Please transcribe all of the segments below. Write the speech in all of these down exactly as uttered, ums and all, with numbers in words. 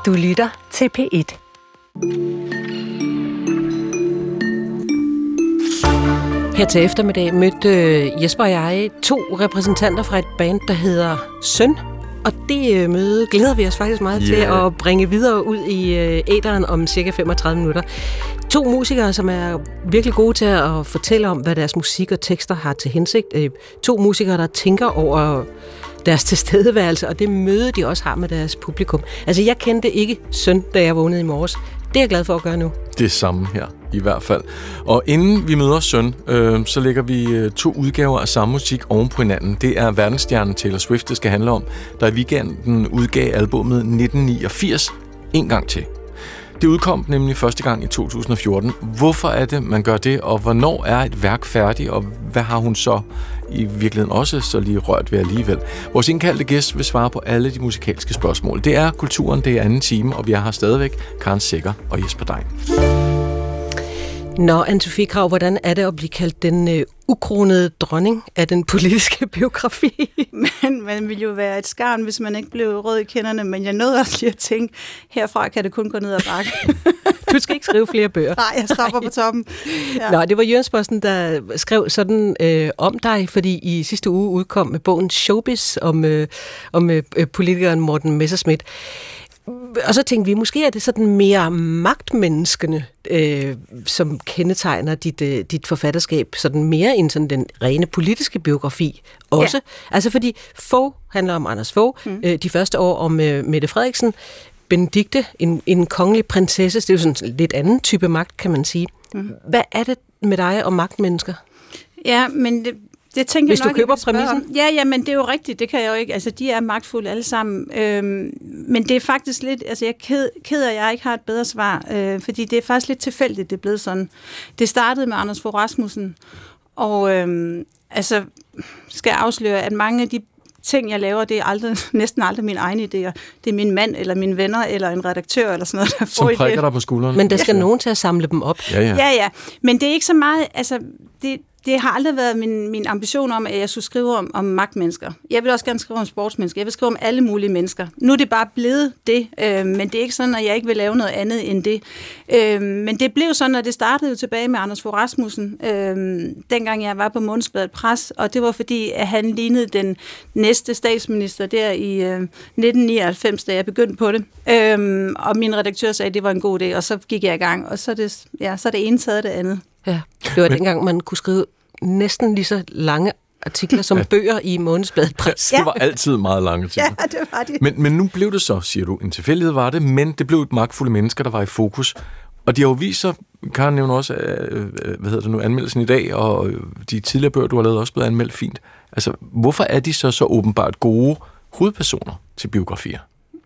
Du lytter til P et. Her til eftermiddag mødte Jesper og jeg to repræsentanter fra et band, der hedder Søn. Og det møde glæder vi os faktisk meget yeah. til at bringe videre ud i æteren om cirka femogtredive minutter. To musikere, som er virkelig gode til at fortælle om, hvad deres musik og tekster har til hensigt. To musikere, der tænker over deres tilstedeværelse, og det møde, de også har med deres publikum. Altså, jeg kendte ikke Søn, da jeg vågnede i morges. Det er jeg glad for at gøre nu. Det er samme her, i hvert fald. Og inden vi møder Søn, øh, så lægger vi øh, to udgaver af samme musik oven på hinanden. Det er verdensstjernen Taylor Swift, det skal handle om, der i weekenden udgav albumet nitten niogfirs en gang til. Det udkom nemlig første gang i to tusind og fjorten. Hvorfor er det, man gør det, og hvornår er et værk færdigt, og hvad har hun så i virkeligheden også så lige rørt ved alligevel? Vores indkaldte gæst vil svare på alle de musikalske spørgsmål. Det er Kulturen, det er anden time, og vi er her stadigvæk Karen Secher og Jesper Dein. Nå, Anne-Sophie Krag, hvordan er det at blive kaldt den øh, ukronede dronning af den politiske biografi? Men man ville jo være et skarn, hvis man ikke blev rød i kinderne, men jeg nåede også lige at tænke, herfra kan det kun gå ned ad bakke. Du skal ikke skrive flere bøger. Nej, jeg stopper på toppen. Ja. Nå, det var Jyllands-Posten, der skrev sådan øh, om dig, fordi i sidste uge udkom med bogen Showbiz om, øh, om øh, politikeren Morten Messerschmidt. Og så tænkte vi, måske er det sådan mere magtmenneskene, øh, som kendetegner dit, øh, dit forfatterskab, sådan mere end sådan den rene politiske biografi også. Ja. Altså fordi Fogh handler om Anders Fogh, mm. øh, de første år om øh, Mette Frederiksen, Benedikte, en, en kongelig prinsesse, det er jo sådan en lidt anden type magt, kan man sige. Mm. Hvad er det med dig og magtmennesker? Ja, men det Det tænker Hvis jeg nok, du køber præmissen? Ja, ja, men det er jo rigtigt, det kan jeg jo ikke. Altså, de er magtfulde alle sammen. Øhm, men det er faktisk lidt, altså jeg er ked, ked af, at jeg ikke har et bedre svar, øh, fordi det er faktisk lidt tilfældigt, det er blevet sådan. Det startede med Anders Fogh Rasmussen, og øhm, altså, skal jeg afsløre, at mange af de ting, jeg laver, det er aldrig, næsten aldrig mine egne idéer. Det er min mand, eller mine venner, eller en redaktør, eller sådan noget, der får idéer. Som prikker dig på skulderen. Men der skal ja. nogen til at samle dem op. Ja, ja. Ja, ja. Men det er ikke så meget, altså, det Det har aldrig været min, min ambition om, at jeg skulle skrive om, om magtmennesker. Jeg vil også gerne skrive om sportsmennesker. Jeg vil skrive om alle mulige mennesker. Nu er det bare blevet det, øh, men det er ikke sådan, at jeg ikke vil lave noget andet end det. Øh, men det blev sådan, at det startede jo tilbage med Anders Fogh Rasmussen, øh, dengang jeg var på Månedsbladet Pres, og det var fordi, at han lignede den næste statsminister der i øh, nitten nioghalvfems, da jeg begyndte på det. Øh, og min redaktør sagde, at det var en god idé, og så gik jeg i gang, og så er det, ja, så er det ene taget det andet. Ja, det var men, dengang, man kunne skrive næsten lige så lange artikler som ja. bøger i Månedsbladet Pres. Ja. Det var altid meget lange artikler. Ja, det var det. Men, men nu blev det så, siger du, en tilfældighed var det, men det blev et magtfulde mennesker, der var i fokus. Og de har jo vist sig, Karen nævner også, øh, hvad hedder det nu, anmeldelsen i dag, og de tidligere bøger, du har lavet, også blevet anmeldt fint. Altså, hvorfor er de så så åbenbart gode hovedpersoner til biografier?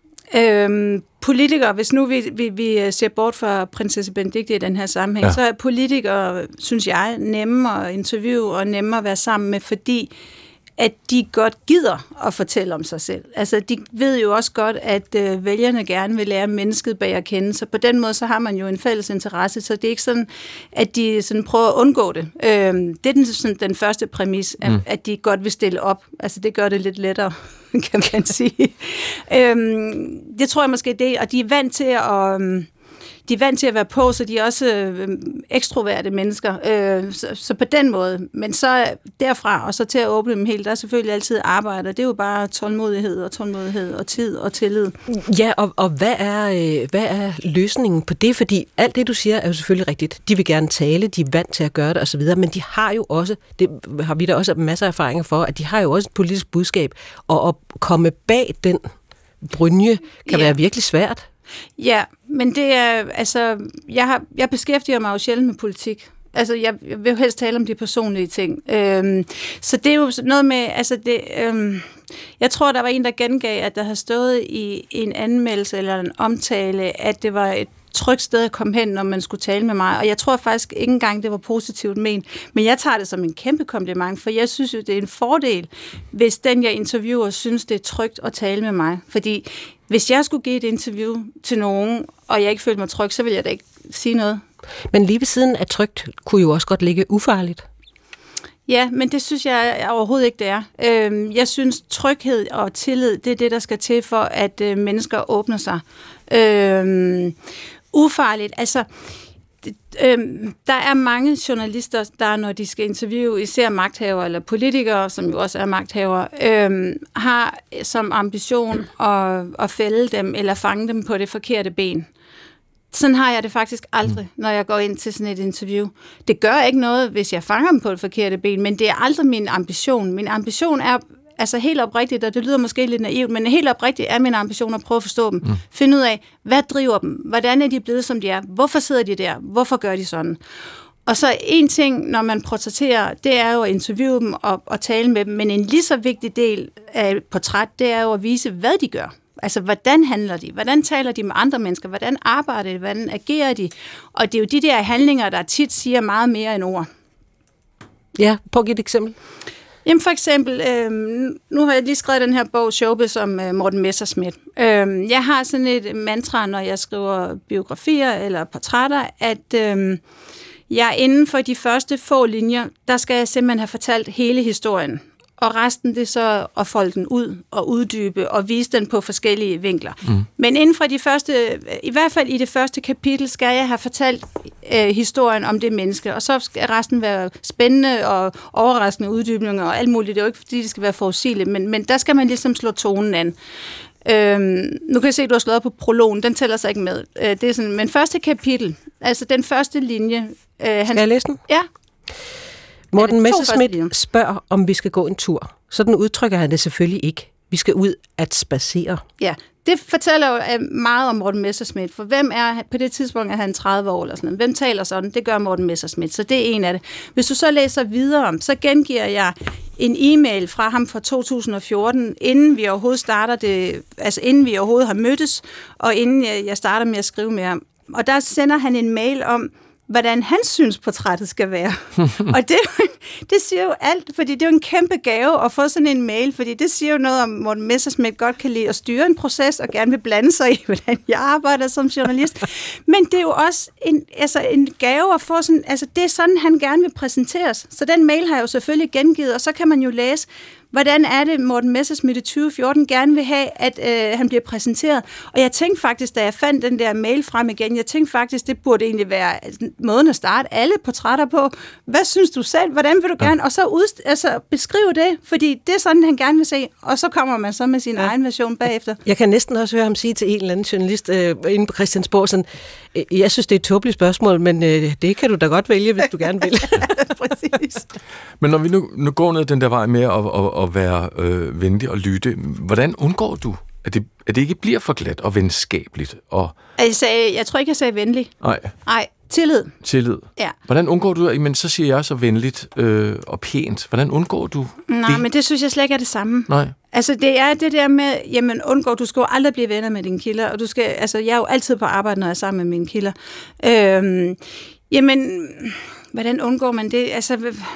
Øhm, politikere, hvis nu vi, vi, vi ser bort fra prinsesse Benedikte i den her sammenhæng, ja. så er politikere, synes jeg, nemme at interviewe og nemme at være sammen med, fordi at de godt gider at fortælle om sig selv. Altså, de ved jo også godt, at øh, vælgerne gerne vil lære mennesket bag at kende, så på den måde, så har man jo en fælles interesse, så det er ikke sådan, at de sådan prøver at undgå det. Øh, det er den, sådan, den første præmis, at, mm. at de godt vil stille op. Altså, det gør det lidt lettere, kan man sige. øh, det tror jeg måske det, og de er vant til at... Øh, De er vant til at være på, så de er også øh, ekstroverte mennesker. Øh, så, så på den måde. Men så derfra, og så til at åbne dem helt, der er selvfølgelig altid arbejde. Det er jo bare tålmodighed og tålmodighed og tid og tillid. Ja, og, og hvad, er, øh, hvad er løsningen på det? Fordi alt det, du siger, er jo selvfølgelig rigtigt. De vil gerne tale, de er vant til at gøre det osv., men de har jo også, det har vi da også masser af erfaringer for, at de har jo også et politisk budskab, og at komme bag den brynje kan ja. være virkelig svært. Ja, men det er, altså, jeg, har, jeg beskæftiger mig jo sjældent med politik. Altså, jeg, jeg vil jo helst tale om de personlige ting. Øhm, så det er jo noget med, altså, det, øhm, jeg tror, der var en, der gengav, at der havde stået i, i en anmeldelse eller en omtale, at det var et trygt sted at komme hen, når man skulle tale med mig. Og jeg tror faktisk ikke engang, det var positivt ment. Men jeg tager det som en kæmpe kompliment, for jeg synes jo, det er en fordel, hvis den, jeg interviewer, synes, det er trygt at tale med mig. Fordi hvis jeg skulle give et interview til nogen, og jeg ikke følte mig tryg, så ville jeg da ikke sige noget. Men lige ved siden af trygt kunne jo også godt ligge ufarligt. Ja, men det synes jeg overhovedet ikke, det er. Øhm, jeg synes, tryghed og tillid, det er det, der skal til for, at øh, mennesker åbner sig. Øhm, ufarligt, altså... Øhm, der er mange journalister, der når de skal interviewe især magthavere eller politikere, som jo også er magthavere, øhm, har som ambition at, at fælde dem eller fange dem på det forkerte ben. Sådan har jeg det faktisk aldrig, når jeg går ind til sådan et interview. Det gør ikke noget, hvis jeg fanger dem på det forkerte ben, men det er aldrig min ambition. Min ambition er altså helt oprigtigt, og det lyder måske lidt naivt, men helt oprigtigt er min ambition at prøve at forstå dem. Mm. Finde ud af, hvad driver dem? Hvordan er de blevet, som de er? Hvorfor sidder de der? Hvorfor gør de sådan? Og så en ting, når man portrætterer, det er jo at interviewe dem og, og tale med dem, men en lige så vigtig del af et portræt, det er jo at vise, hvad de gør. Altså, hvordan handler de? Hvordan taler de med andre mennesker? Hvordan arbejder de? Hvordan agerer de? Og det er jo de der handlinger, der tit siger meget mere end ord. Ja, prøv at give et eksempel. Jamen for eksempel, øh, nu har jeg lige skrevet den her bog, Showbiz, om øh, Morten Messerschmidt. Øh, jeg har sådan et mantra, når jeg skriver biografier eller portrætter, at øh, jeg inden for de første få linjer, der skal jeg simpelthen have fortalt hele historien. Og resten, det er så at folde den ud og uddybe og vise den på forskellige vinkler. Mm. Men inden for de første, i hvert fald i det første kapitel, skal jeg have fortalt øh, historien om det menneske, og så skal resten være spændende og overraskende uddybninger og alt muligt. Det er jo ikke, fordi det skal være forudsigeligt, men, men der skal man ligesom slå tonen an. Øhm, nu kan jeg se, at du har slået på prologen, den tæller sig ikke med. Øh, det er sådan, men første kapitel, altså den første linje... Øh, han, skal jeg læse den? Ja. Morten Messerschmidt spørger, om vi skal gå en tur. Sådan udtrykker han det selvfølgelig ikke. Vi skal ud at spacere. Ja, det fortæller jo meget om Morten Messerschmidt, for hvem er, på det tidspunkt er han tredive år eller sådan noget. Hvem taler sådan? Det gør Morten Messerschmidt, så det er en af det. Hvis du så læser videre, så gengiver jeg en e-mail fra ham fra to tusind og fjorten, inden vi overhovedet starter det, altså inden vi overhovedet har mødtes, og inden jeg starter med at skrive med ham. Og der sender han en mail om, hvordan hans synes portrættet skal være. Og det, det siger jo alt, fordi det er jo en kæmpe gave at få sådan en mail, fordi det siger jo noget om, Morten Messerschmidt godt kan lide at styre en proces, og gerne vil blande sig i, hvordan jeg arbejder som journalist. Men det er jo også en, altså en gave at få sådan, altså det er sådan, han gerne vil præsenteres. Så den mail har jeg jo selvfølgelig gengivet, og så kan man jo læse, hvordan er det, Morten Messerschmidt i tyve fjorten gerne vil have, at øh, han bliver præsenteret. Og jeg tænkte faktisk, da jeg fandt den der mail frem igen, jeg tænkte faktisk, det burde egentlig være måden at starte alle portrætter på. Hvad synes du selv? Hvordan vil du gerne? Og så udst- altså, beskrive det, fordi det er sådan, han gerne vil se. Og så kommer man så med sin ja. egen version bagefter. Jeg kan næsten også høre ham sige til en eller anden journalist øh, inde på Christiansborg, sådan, jeg synes, det er et tåbeligt spørgsmål, men øh, det kan du da godt vælge, hvis du gerne vil. Præcis. Men når vi nu, nu går ned den der vej med at, at, at være øh, venlig og lytte, hvordan undgår du, at det, at det ikke bliver for glat og venskabeligt? Og... Jeg, sagde, jeg tror ikke, jeg sagde venlig. Nej. Nej, tillid. Tillid. Ja. Hvordan undgår du, men så siger jeg så venligt øh, og pænt. Hvordan undgår du Nej, det? men det synes jeg slet ikke er det samme. Nej. Altså, det er det der med, jamen undgår, du skal jo aldrig blive venner med dine kilder, og du skal, altså, jeg er jo altid på arbejde, når jeg er sammen med mine kilder. Øhm, jamen, hvordan undgår man det? Altså,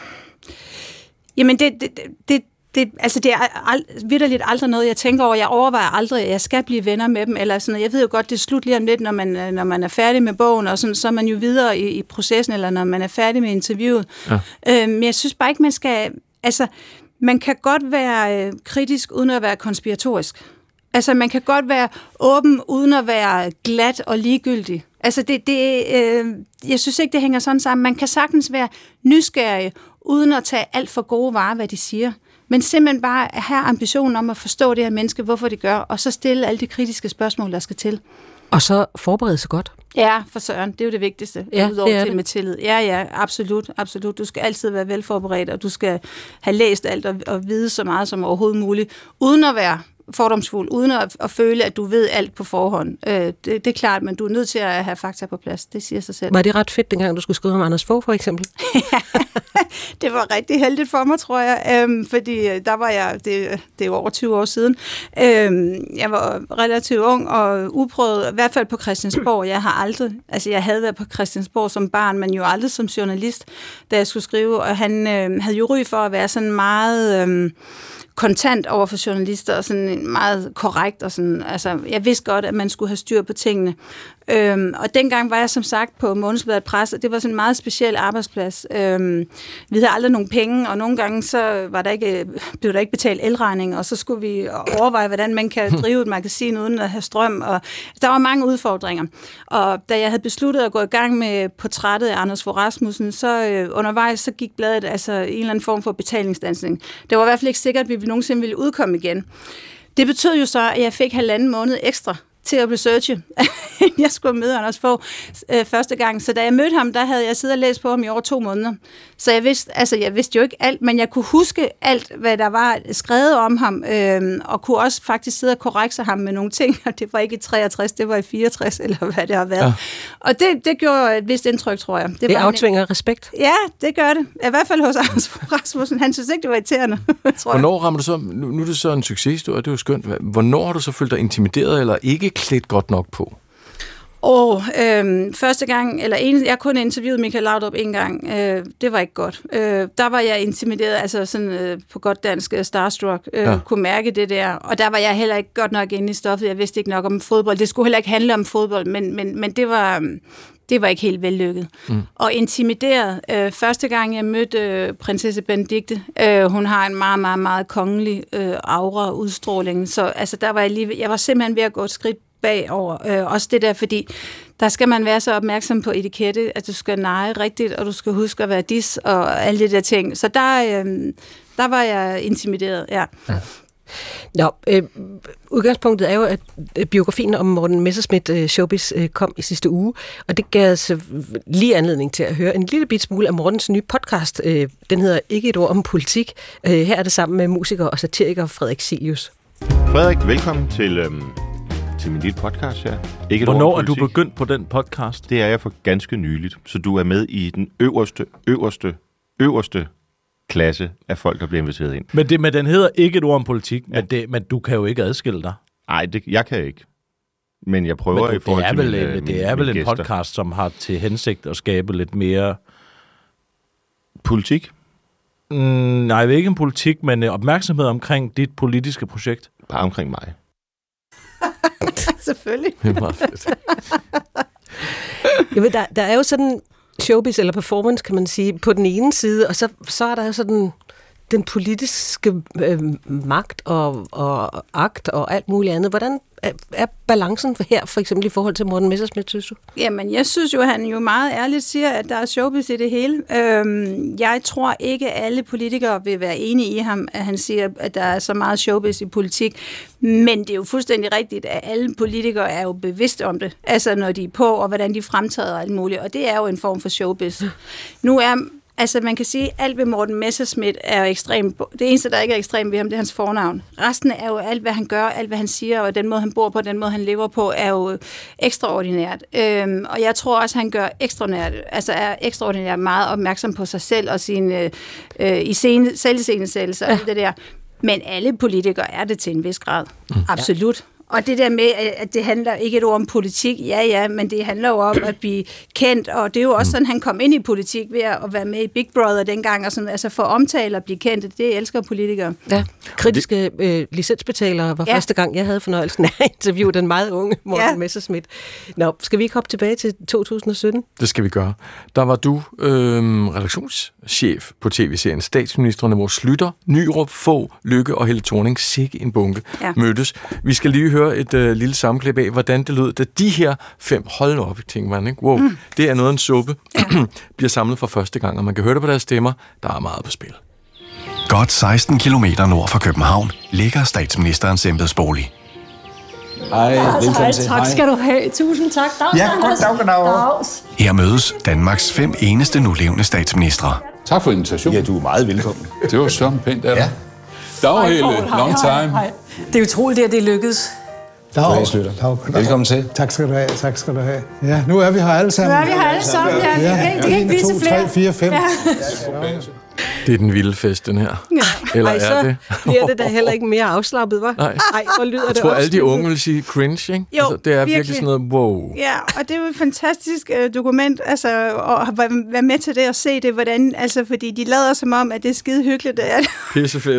jamen, det, det, det Det, altså det er ald- vitterligt aldrig noget, jeg tænker over. Jeg overvejer aldrig, at jeg skal blive venner med dem. Eller sådan. Jeg ved jo godt, det er slut lige om lidt, når man, når man er færdig med bogen, og sådan, så er man jo videre i, i processen, eller når man er færdig med interviewet. Ja. Øh, men jeg synes bare ikke, man skal... Altså, man kan godt være øh, kritisk, uden at være konspiratorisk. Altså, man kan godt være åben, uden at være glat og ligegyldig. Altså, det, det, øh, jeg synes ikke, det hænger sådan sammen. Man kan sagtens være nysgerrig, uden at tage alt for gode varer, hvad de siger. Men simpelthen bare have ambitionen om at forstå det her menneske, hvorfor det gør, og så stille alle de kritiske spørgsmål, der skal til. Og så forberede sig godt. Ja, for søren. Det er jo det vigtigste. Ja, udover det er til det. Med tillid. Ja, ja, absolut, absolut. Du skal altid være velforberedt, og du skal have læst alt og, og vide så meget som overhovedet muligt, uden at være fordomsfuld, uden at, at føle, at du ved alt på forhånd. Øh, det, det er klart, men du er nødt til at have fakta på plads. Det siger sig selv. Var det ret fedt, dengang du skulle skrive om Anders Fogh, for eksempel? Det var rigtig heldigt for mig, tror jeg, øhm, fordi der var jeg, det, det er jo over tyve år siden, øhm, jeg var relativt ung og uprøvet, i hvert fald på Christiansborg. Jeg har aldrig, altså jeg havde været på Christiansborg som barn, men jo aldrig som journalist, da jeg skulle skrive, og han øh, havde jo ry for at være sådan meget... Øh, kontant over for journalister, og sådan meget korrekt, og sådan, altså, jeg vidste godt, at man skulle have styr på tingene. Øhm, og dengang var jeg som sagt på Månedsbladet Presse, og det var sådan en meget speciel arbejdsplads. Øhm, vi havde aldrig nogen penge, og nogle gange så var der ikke, blev der ikke betalt elregning, og så skulle vi overveje, hvordan man kan drive et magasin uden at have strøm, og der var mange udfordringer. Og da jeg havde besluttet at gå i gang med portrættet af Anders Fogh Rasmussen, så øh, undervejs så gik bladet altså en eller anden form for betalingsdansning. Det var i hvert fald ikke sikkert, at vi nogensinde ville udkomme igen. Det betød jo så, at jeg fik halvanden måned ekstra til at researche. Jeg skulle møde Anders Fogh øh, første gang, så da jeg mødte ham, der havde jeg siddet og læst på ham i over to måneder. Så jeg vidste, altså jeg vidste jo ikke alt, men jeg kunne huske alt, hvad der var skrevet om ham, øh, og kunne også faktisk sidde og korrekse ham med nogle ting, og det var ikke i treogtres, det var i fireogtres, eller hvad det har været. Ja. Og det, det gjorde et vist indtryk, tror jeg. Det, det aftvinger en... respekt? Ja, det gør det. I hvert fald hos Anders Fogh Rasmussen. Han synes ikke, det var irriterende, tror jeg. Hvornår rammer du så, nu, nu er det så en succeshistorie, det er jo skønt. Hvornår har du så følt dig intimideret, eller ikke klædt godt nok på? Og øh, første gang, eller en, jeg kun interviewet Michael Laudrup en gang, øh, det var ikke godt. Øh, der var jeg intimideret, altså sådan øh, på godt dansk starstruck, øh, ja. Kunne mærke det der, og der var jeg heller ikke godt nok inde i stoffet, jeg vidste ikke nok om fodbold, det skulle heller ikke handle om fodbold, men, men, men det var... Det var ikke helt vellykket. Mm. Og intimideret. Øh, første gang, jeg mødte øh, prinsesse Benedikte, øh, hun har en meget, meget, meget kongelig øh, aura udstråling. Så altså, der var jeg lige... Jeg var simpelthen ved at gå et skridt bagover. Øh, også det der, fordi der skal man være så opmærksom på etikette, at du skal neje rigtigt, og du skal huske at være dis og alle de der ting. Så der, øh, der var jeg intimideret, ja. ja. Nå, øh, udgangspunktet er jo, at biografien om Morten Messerschmidt øh, Showbiz øh, kom i sidste uge, og det gav os lige anledning til at høre en lille bit smule af Mortens nye podcast. Øh, den hedder Ikke et ord om politik. Øh, her er det sammen med musiker og satiriker Frederik Cilius. Frederik, velkommen til, øhm, til min lille podcast her. Ikke et Hvornår ord om er du begyndt på den podcast? Det er jeg for ganske nyligt, så du er med i den øverste, øverste, øverste klasse af folk, der bliver inviteret ind. Men, det, men den hedder Ikke et ord om politik, ja. men, det, men du kan jo ikke adskille dig. Nej, jeg kan ikke. Men jeg prøver men i forhold det er til vel, mine, Det mine, er vel en gæster. podcast, som har til hensigt at skabe lidt mere... Politik? Mm, nej, ikke en politik, men opmærksomhed omkring dit politiske projekt. Bare omkring mig. Selvfølgelig. Det er meget fedt. Jeg ved, der, der er jo sådan showbiz eller performance, kan man sige, på den ene side, og så, så er der jo sådan den politiske øh, magt og, og akt og alt muligt andet. Hvordan er, er balancen her, for eksempel i forhold til Morten Messerschmidt, synes du? Jamen, jeg synes jo, han jo meget ærligt siger, at der er showbiz i det hele. Øhm, jeg tror ikke, at alle politikere vil være enige i ham, at han siger, at der er så meget showbiz i politik. Men det er jo fuldstændig rigtigt, at alle politikere er jo bevidste om det. Altså, når de er på, og hvordan de fremtræder og alt muligt. Og det er jo en form for showbiz. Nu er... Altså, man kan sige, at alt ved Morten Messerschmidt er jo ekstremt. Det eneste, der ikke er ekstremt ved ham, det er hans fornavn. Resten er jo alt, hvad han gør, alt, hvad han siger, og den måde, han bor på, den måde, han lever på, er jo ekstraordinært. Øhm, og jeg tror også, han gør ekstraordinært, altså er ekstraordinært meget opmærksom på sig selv og sine øh, i scene, selviscenesættelser og ja. det der. Men alle politikere er det til en vis grad. Mm. Absolut. Ja. Og det der med, at det handler ikke et ord om politik, ja, ja, men det handler jo om at blive kendt, og det er jo også sådan, han kom ind i politik ved at være med i Big Brother dengang, og sådan, altså for omtale og blive kendt, det elsker politikere. Ja, kritiske øh, licensbetalere var ja. første gang, jeg havde fornøjelsen af at interviewe den meget unge Morten ja. Messerschmidt. Nå, skal vi ikke hoppe tilbage til to tusind og sytten? Det skal vi gøre. Der var du øh, redaktionschef på tv-serien Statsministrene, hvor Slytter, Nyrup, Fogh, Lykke og Helle Thorning, sikke en bunke, ja. mødtes. Vi skal lige høre et øh, lille sammenklip af, hvordan det lød, da de her fem, hold op, tænker man, ikke? Wow, mm. det er noget af en suppe, bliver samlet for første gang, og man kan høre det på deres stemmer, der er meget på spil. Godt seksten kilometer nord for København ligger statsministerens embedsbolig. Hej, velkommen til. Tak skal du have. Tusind tak. Dags, ja, godt dag, dag, dag. Her mødes Danmarks fem eneste nulevende statsministre. Tak for invitationen. Ja, du er meget velkommen. Det var sådan pænt af dig. Ja. Dag, Helle. Long time. Hej, hej. Det er utroligt, at det lykkes. Dag, dag. Velkommen til. Tak skal du have, tak skal du have. Ja, nu er vi her alle sammen. Nu er vi her alle sammen, ja. ja. Det kan ikke blive til flere. en, to, tre, fire, fem. Ja. Det er den vilde fest, den her. Ja. Eller Ej, er det? bliver det da heller ikke mere afslappet, hva'? Nej. Ej, hvor lyder jeg det tror, alle de unge vil sige cringe, ikke? Jo, altså, det er virkelig. virkelig sådan noget, wow. Ja, og det er jo et fantastisk uh, dokument, altså, at være med til det og se det, hvordan, altså, fordi de lader som om, at det er skide hyggeligt. Det er pisse fedt.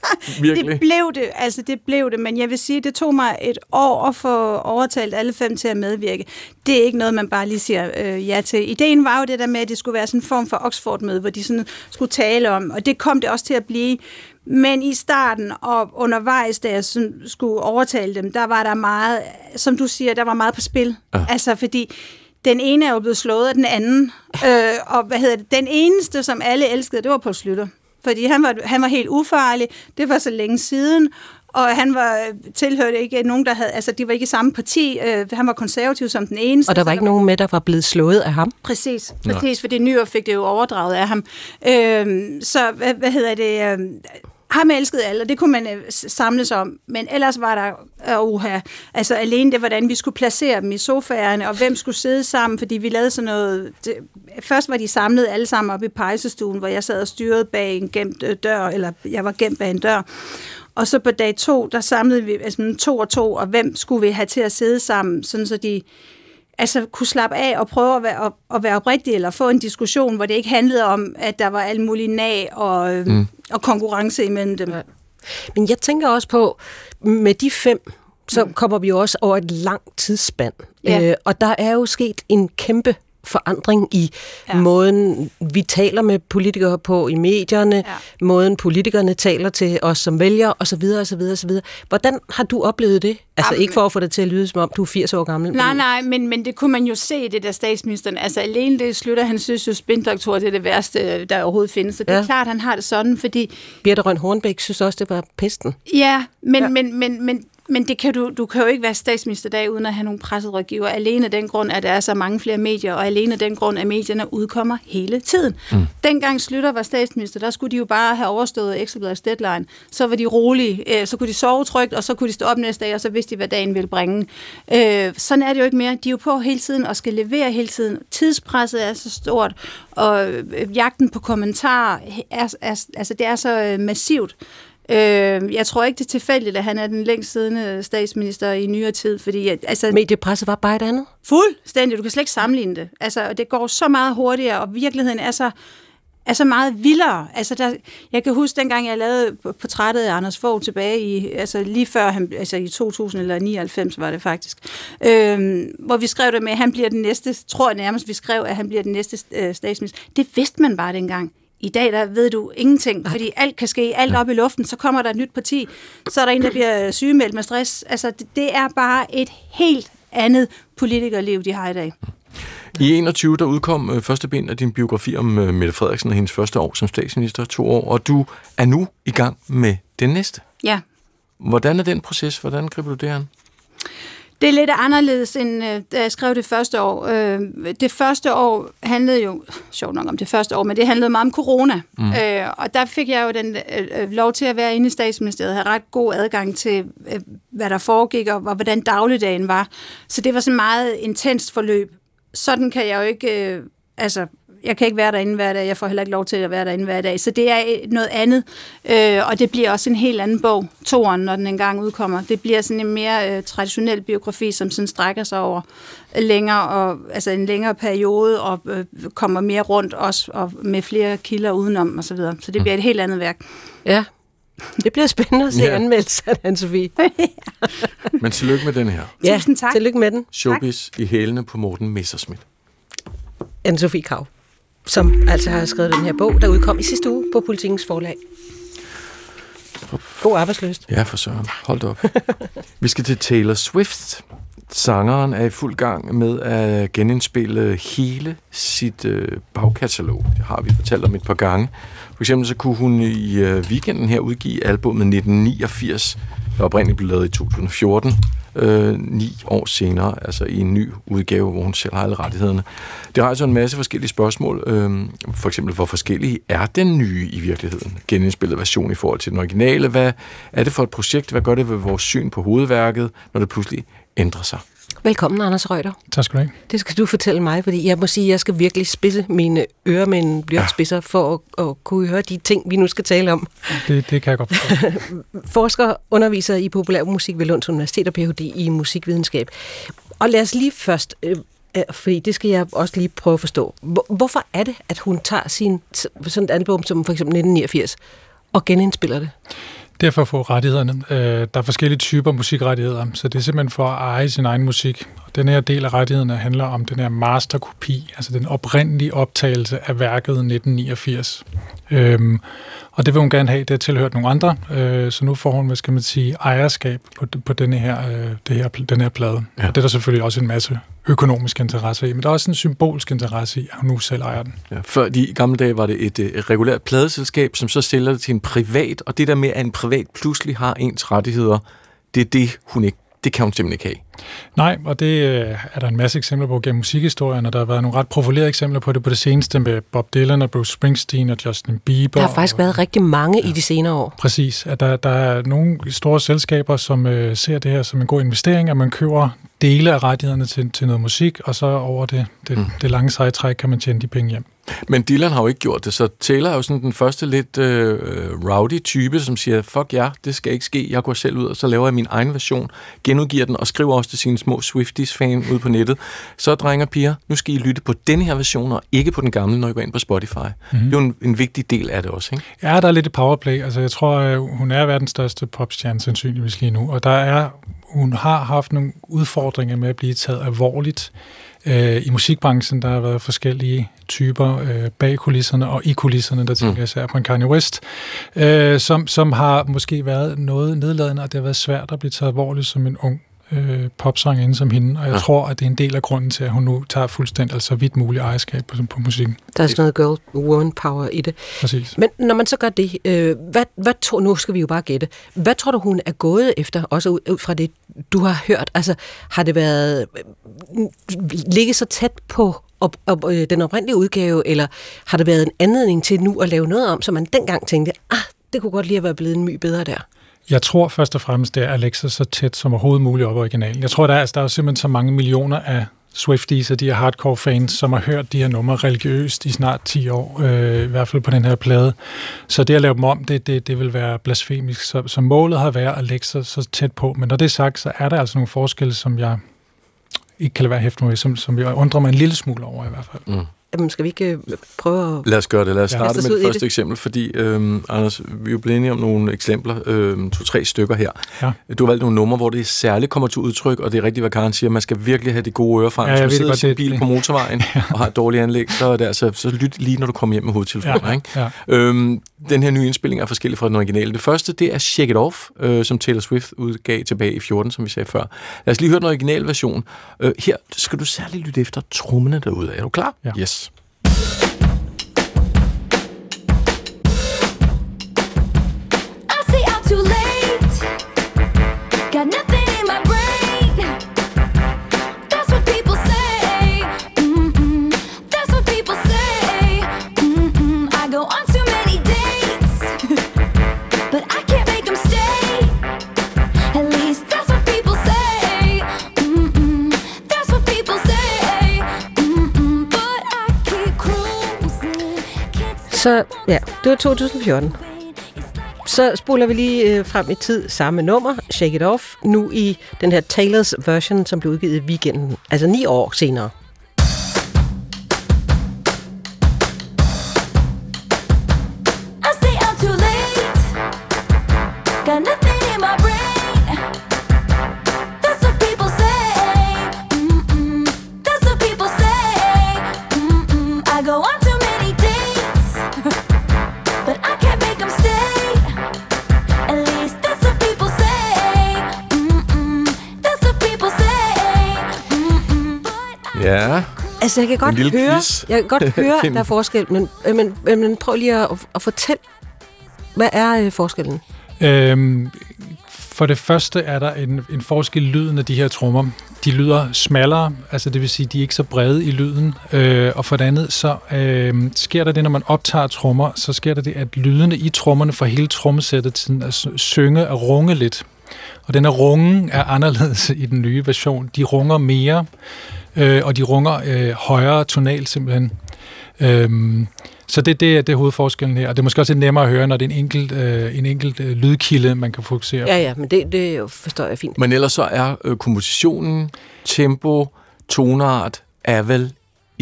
Virkelig. Det blev det, altså det blev det, men jeg vil sige, det tog mig et år at få overtalt alle fem til at medvirke. Det er ikke noget, man bare lige siger øh, ja til. Ideen var jo det der med, at det skulle være sådan en form for Oxford-møde, hvor de sådan skulle tale om, og det kom det også til at blive. Men i starten og undervejs, da jeg skulle overtale dem, der var der meget, som du siger, der var meget på spil. Ja. Altså fordi den ene er jo blevet slået af den anden, øh, og hvad hedder det, den eneste, som alle elskede, det var Poul Schlüter. Fordi han var, han var helt ufarlig, det var så længe siden, og han var tilhørte ikke nogen, der havde, altså de var ikke i samme parti, øh, han var konservativ som den eneste. Og der var ikke der nogen med, der var blevet slået af ham? Præcis, præcis, fordi Nyrup fik det jo overdraget af ham. Øh, så, hvad, hvad hedder det... Øh, ham elskede alle, og det kunne man øh, samles om. Men ellers var der, øh, uha, altså alene det, hvordan vi skulle placere dem i sofaerne, og hvem skulle sidde sammen, fordi vi lavede sådan noget... Det, først var de samlet alle sammen oppe i pejsestuen, hvor jeg sad og styrede bag en gemt øh, dør, eller jeg var gemt bag en dør. Og så på dag to, der samlede vi altså, to og to, og hvem skulle vi have til at sidde sammen, sådan så de... altså kunne slappe af og prøve at være, at være oprigtig, eller få en diskussion, hvor det ikke handlede om, at der var alt muligt nag og, mm. og konkurrence imellem dem. Ja. Men jeg tænker også på, med de fem, så mm. kommer vi jo også over et langt tidsspand. Ja. Øh, og der er jo sket en kæmpe forandring i ja. måden, vi taler med politikere på i medierne, ja. måden politikerne taler til os som vælgere, osv. osv. osv. Hvordan har du oplevet det? Altså Jamen, ikke for at få dig til at lyde, som om du er firs år gammel. Nej, nej, men, men det kunne man jo se, det der statsministeren. Altså alene det Schlüter, han synes jo, spindoktor, det er det værste, der overhovedet findes. Så det ja. er klart, han har det sådan, fordi... Birthe Rønn Hornbæk synes også, det var pesten. Ja, men, ja. men, men, men Men det kan du, du kan jo ikke være statsminister dag uden at have nogle presserådgiver. Alene af den grund, at der er så mange flere medier, og alene af den grund, at medierne udkommer hele tiden. Mm. Dengang Schlüter var statsminister, der skulle de jo bare have overstået Ekstra Bladets deadline. Så var de rolige, så kunne de sove trygt, og så kunne de stå op næste dag, og så vidste de, hvad dagen ville bringe. Sådan er det jo ikke mere. De er jo på hele tiden og skal levere hele tiden. Tidspresset er så stort, og jagten på kommentarer, er, er, altså det er så massivt. Jeg tror ikke, det er tilfældigt, at han er den længst siddende statsminister i nyere tid, fordi... Altså, mediepresset var bare et andet? Fuldstændig. Du kan slet ikke sammenligne det. Altså, det går så meget hurtigere, og virkeligheden er så, er så meget vildere. Altså, der, jeg kan huske, dengang jeg lavede portrættet af Anders Fogh tilbage i... Altså, lige før han... Altså, i to tusind eller nioghalvfems var det faktisk. Øhm, hvor vi skrev det med, at han bliver den næste... Tror jeg nærmest, vi skrev, at han bliver den næste øh, statsminister. Det vidste man bare dengang. I dag, der ved du ingenting, fordi alt kan ske, alt op i luften, så kommer der et nyt parti, så er der en, der bliver sygemeldt med stress. Altså, det, det er bare et helt andet politikerliv, de har i dag. I enogtyve, der udkom øh, første bind af din biografi om øh, Mette Frederiksen og hendes første år som statsminister, to år, og du er nu i gang med den næste. Ja. Hvordan er den proces? Hvordan griber du det an? Det er lidt anderledes, end da jeg skrev det første år. Det første år handlede jo, sjovt nok om det første år, men det handlede meget om corona. Mm. Og der fik jeg jo den lov til at være inde i statsministeriet, have ret god adgang til, hvad der foregik, og hvordan dagligdagen var. Så det var sådan et meget intenst forløb. Sådan kan jeg jo ikke... Altså, jeg kan ikke være derinde hver dag, jeg får heller ikke lov til at være derinde hver dag, så det er noget andet, øh, og det bliver også en helt anden bog, toeren, når den engang udkommer. Det bliver sådan en mere øh, traditionel biografi, som sådan strækker sig over længere, og, altså en længere periode, og øh, kommer mere rundt også, og med flere kilder udenom, og så videre. Så det bliver et helt andet værk. Ja, det bliver spændende at se ja. anmeldelsen, Anne-Sophie. Men tillykke med den her. Ja, tusind tak. Tillykke med den. Showbiz i hælene på Morten Messerschmidt. Anne-Sophie Krag, som altså har skrevet den her bog, der udkom i sidste uge på Politikens Forlag. God arbejdsløst. Ja, for søren. Hold da op. Vi skal til Taylor Swift. Sangeren er i fuld gang med at genindspille hele sit øh, bagkatalog. Det har vi fortalt om et par gange. For eksempel så kunne hun i øh, weekenden her udgive albumet nitten niogfirs, der oprindeligt blev lavet i to tusind og fjorten. Øh, ni år senere, altså i en ny udgave, hvor hun selv har alle rettighederne. Det rejser en masse forskellige spørgsmål. Øh, for eksempel, hvor forskellige er den nye i virkeligheden? Genindspillet version i forhold til den originale. Hvad er det for et projekt? Hvad gør det ved vores syn på hovedværket, når det pludselig ændrer sig? Velkommen, Anders Reuter. Tak skal du have. Det skal du fortælle mig, fordi jeg må sige, at jeg skal virkelig spidse mine ører med en blyantspidser for at, at kunne høre de ting, vi nu skal tale om. Det, det kan jeg godt forstå. Forsker, underviser i populærmusik ved Lunds Universitet og P H D i musikvidenskab. Og lad os lige først, øh, fordi det skal jeg også lige prøve at forstå. Hvor, hvorfor er det, at hun tager sin sådan et album som for eksempel nitten niogfirs og genindspiller det? Det er for at få rettighederne. Der er forskellige typer musikrettigheder, så det er simpelthen for at eje sin egen musik. Og den her del af rettighederne handler om den her masterkopi, altså den oprindelige optagelse af værket nitten niogfirs. Øhm, og det vil hun gerne have, det har tilhørt nogle andre, øh, så nu får hun, hvad skal man sige, ejerskab på, på denne her, øh, det her, den her plade. Ja. Og det er der selvfølgelig også en masse økonomisk interesse i, men der er også en symbolsk interesse i, at hun nu selv ejer den. Ja, før de i gamle dage var det et, et regulært pladeselskab, som så sælger det til en privat, og det der med, at en privat pludselig har ens rettigheder, det er det, hun ikke, det kan hun simpelthen ikke have. Nej, og det øh, er der en masse eksempler på gennem musikhistorien, og der har været nogle ret profilerede eksempler på det på det seneste med Bob Dylan og Bruce Springsteen og Justin Bieber. Der har faktisk og, været rigtig mange ja, i de senere år. Præcis, at der, der er nogle store selskaber, som øh, ser det her som en god investering, at man køber dele af rettighederne til, til noget musik, og så over det, det, mm. det lange seje træk kan man tjene de penge hjem. Men Dylan har jo ikke gjort det, så Taylor er jo sådan den første lidt øh, rowdy type, som siger, fuck ja, det skal ikke ske, jeg går selv ud, og så laver jeg min egen version, genudgiver den og skriver også til sine små Swifties-fan ude på nettet. Så, drenge og piger, nu skal I lytte på denne her version, og ikke på den gamle, når I går ind på Spotify. Mm-hmm. Det er jo en, en vigtig del af det også, ikke? Ja, der er lidt et powerplay. Altså, jeg tror, hun er verdens største popstjerne sandsynligvis lige nu, og der er, hun har haft nogle udfordringer med at blive taget alvorligt. I musikbranchen, der har været forskellige typer øh, bag kulisserne og i kulisserne, der tænker jeg især på en Kanye West, øh, som, som har måske været noget nedladende, og det har været svært at blive taget alvorligt som en ung øh, popsangerinde som hende, og jeg ja. tror, at det er en del af grunden til, at hun nu tager fuldstændig, altså vidt muligt ejerskab på, på musikken. Der er sådan noget girl woman power i det. Præcis. Men når man så gør det, øh, hvad, hvad tror, nu skal vi jo bare gætte, hvad tror du, hun er gået efter, også ud, ud fra det, du har hørt? Altså, har det været ligget så tæt på op, op, øh, den oprindelige udgave, eller har det været en anledning til nu at lave noget om, så man dengang tænkte, ah, det kunne godt lige have været blevet en my bedre der? Jeg tror først og fremmest, det er Alexa så tæt som overhovedet muligt op originalen. Jeg tror, der er, altså, der er simpelthen så mange millioner af Swifties og de her hardcore fans, som har hørt de her numre religiøst i snart ti år, øh, i hvert fald på den her plade. Så det at lave dem om, det, det, det vil være blasfemisk. Så, så målet har været at lægge sig så tæt på. Men når det er sagt, så er der altså nogle forskelle, som jeg ikke kan lade være hæftet med, som, som jeg undrer mig en lille smule over i hvert fald. Mm. Jamen, skal vi ikke prøve at... Lad os gøre det. Lad os starte ja. med det første eksempel, fordi, øhm, Anders, vi er jo blevet enige om nogle eksempler, øhm, to-tre stykker her. Ja. Du har valgt nogle numre, hvor det særligt kommer til udtryk, og det er rigtigt, hvad Karen siger, man skal virkelig have de gode ører frem. Ja, Hvis man sidder i sin bil det. på motorvejen ja. og har et dårligt anlæg, så er det altså, så lyt lige, når du kommer hjem med hovedtelefoner. Ja. Ikke? Ja. Øhm, den her nye indspilling er forskellig fra den originale. Det første, det er Shake It Off, øh, som Taylor Swift udgav tilbage i fjorten, som vi sagde før. Lad os lige høre den originale version. Øh, her skal du særligt lytte efter trommene derude. Er du klar? Ja. Yes. Too late, got nothing in my brain. That's what people say. Mm-mm. That's what people say. Mm-mm. I go on too many dates, but I can't make them stay. At least that's what people say. Mm-mm. That's what people say. Mm-mm. But I keep cruising. Så ja, det var to tusind fjorten. Så spoler vi lige øh, frem i tid samme nummer, Shake It Off, nu i den her Taylors version, som blev udgivet i weekenden, altså ni år senere. Ja. Altså, jeg kan godt høre, jeg kan godt høre, der er forskel, men, men, men prøv lige at, at fortælle, hvad er øh, forskellen? Øhm, for det første er der en, en forskel i lyden af de her trommer. De lyder smallere, altså det vil sige, de er ikke så brede i lyden. Øh, og for det andet, så øh, sker der det, når man optager trommer, så sker der det, at lydene i trommerne for hele trommesættet sådan at synge og runge lidt. Og den her runge er anderledes i den nye version. De runger mere, øh, og de runger øh, højere tonalt simpelthen. Øhm, så det, det, det er hovedforskellen her, og det er måske også lidt nemmere at høre, når det er en enkelt, øh, en enkelt øh, lydkilde, man kan fokusere på. Ja, ja, men det, det forstår jeg fint. Men ellers så er øh, kompositionen, tempo, toneart, er vel i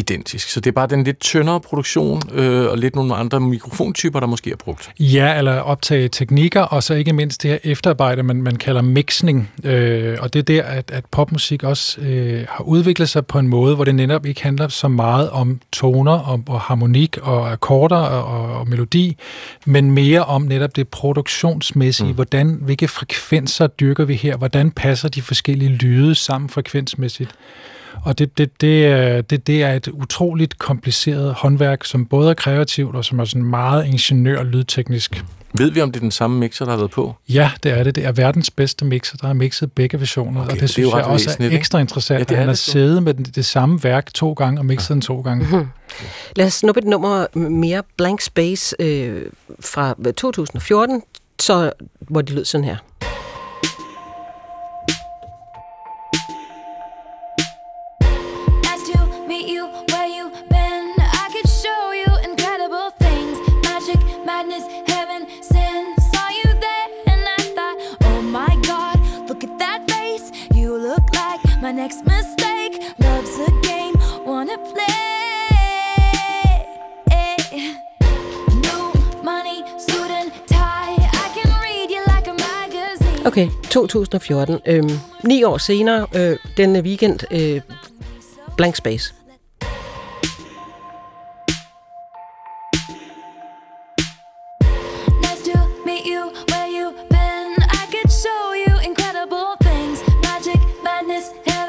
identisk. Så det er bare den lidt tyndere produktion, øh, og lidt nogle andre mikrofontyper, der måske er brugt. Ja, eller optage teknikker, og så ikke mindst det her efterarbejde, man, man kalder mixning. Øh, og det er der, at, at popmusik også øh, har udviklet sig på en måde, hvor det netop ikke handler så meget om toner og, og harmonik og akkorder og, og melodi, men mere om netop det produktionsmæssige. Mm. Hvordan, hvilke frekvenser dyrker vi her? Hvordan passer de forskellige lyde sammen frekvensmæssigt? Og det, det, det, det, det er et utroligt kompliceret håndværk, som både er kreativt og som er sådan meget ingeniør- og lydteknisk. Ved vi, om det er den samme mixer, der har været på? Ja, det er det. Det er verdens bedste mixer, der har mixet begge versioner, okay, og det, det synes jeg også er ekstra interessant, ja, at han har siddet med det, det samme værk to gange og mixet ja. den to gange. Mm-hmm. Lad os snuppe et nummer mere, Blank Space, øh, fra to tusind og fjorten, så, hvor det lød sådan her. Next mistake, love's a game, wanna play. New money, suit and tie, I can read you like a magazine. Okay, to tusind og fjorten. Øhm, ni år senere, øh, denne weekend, øh, Blank Space. Nice to meet you, where you been? I could show you incredible things, magic, madness.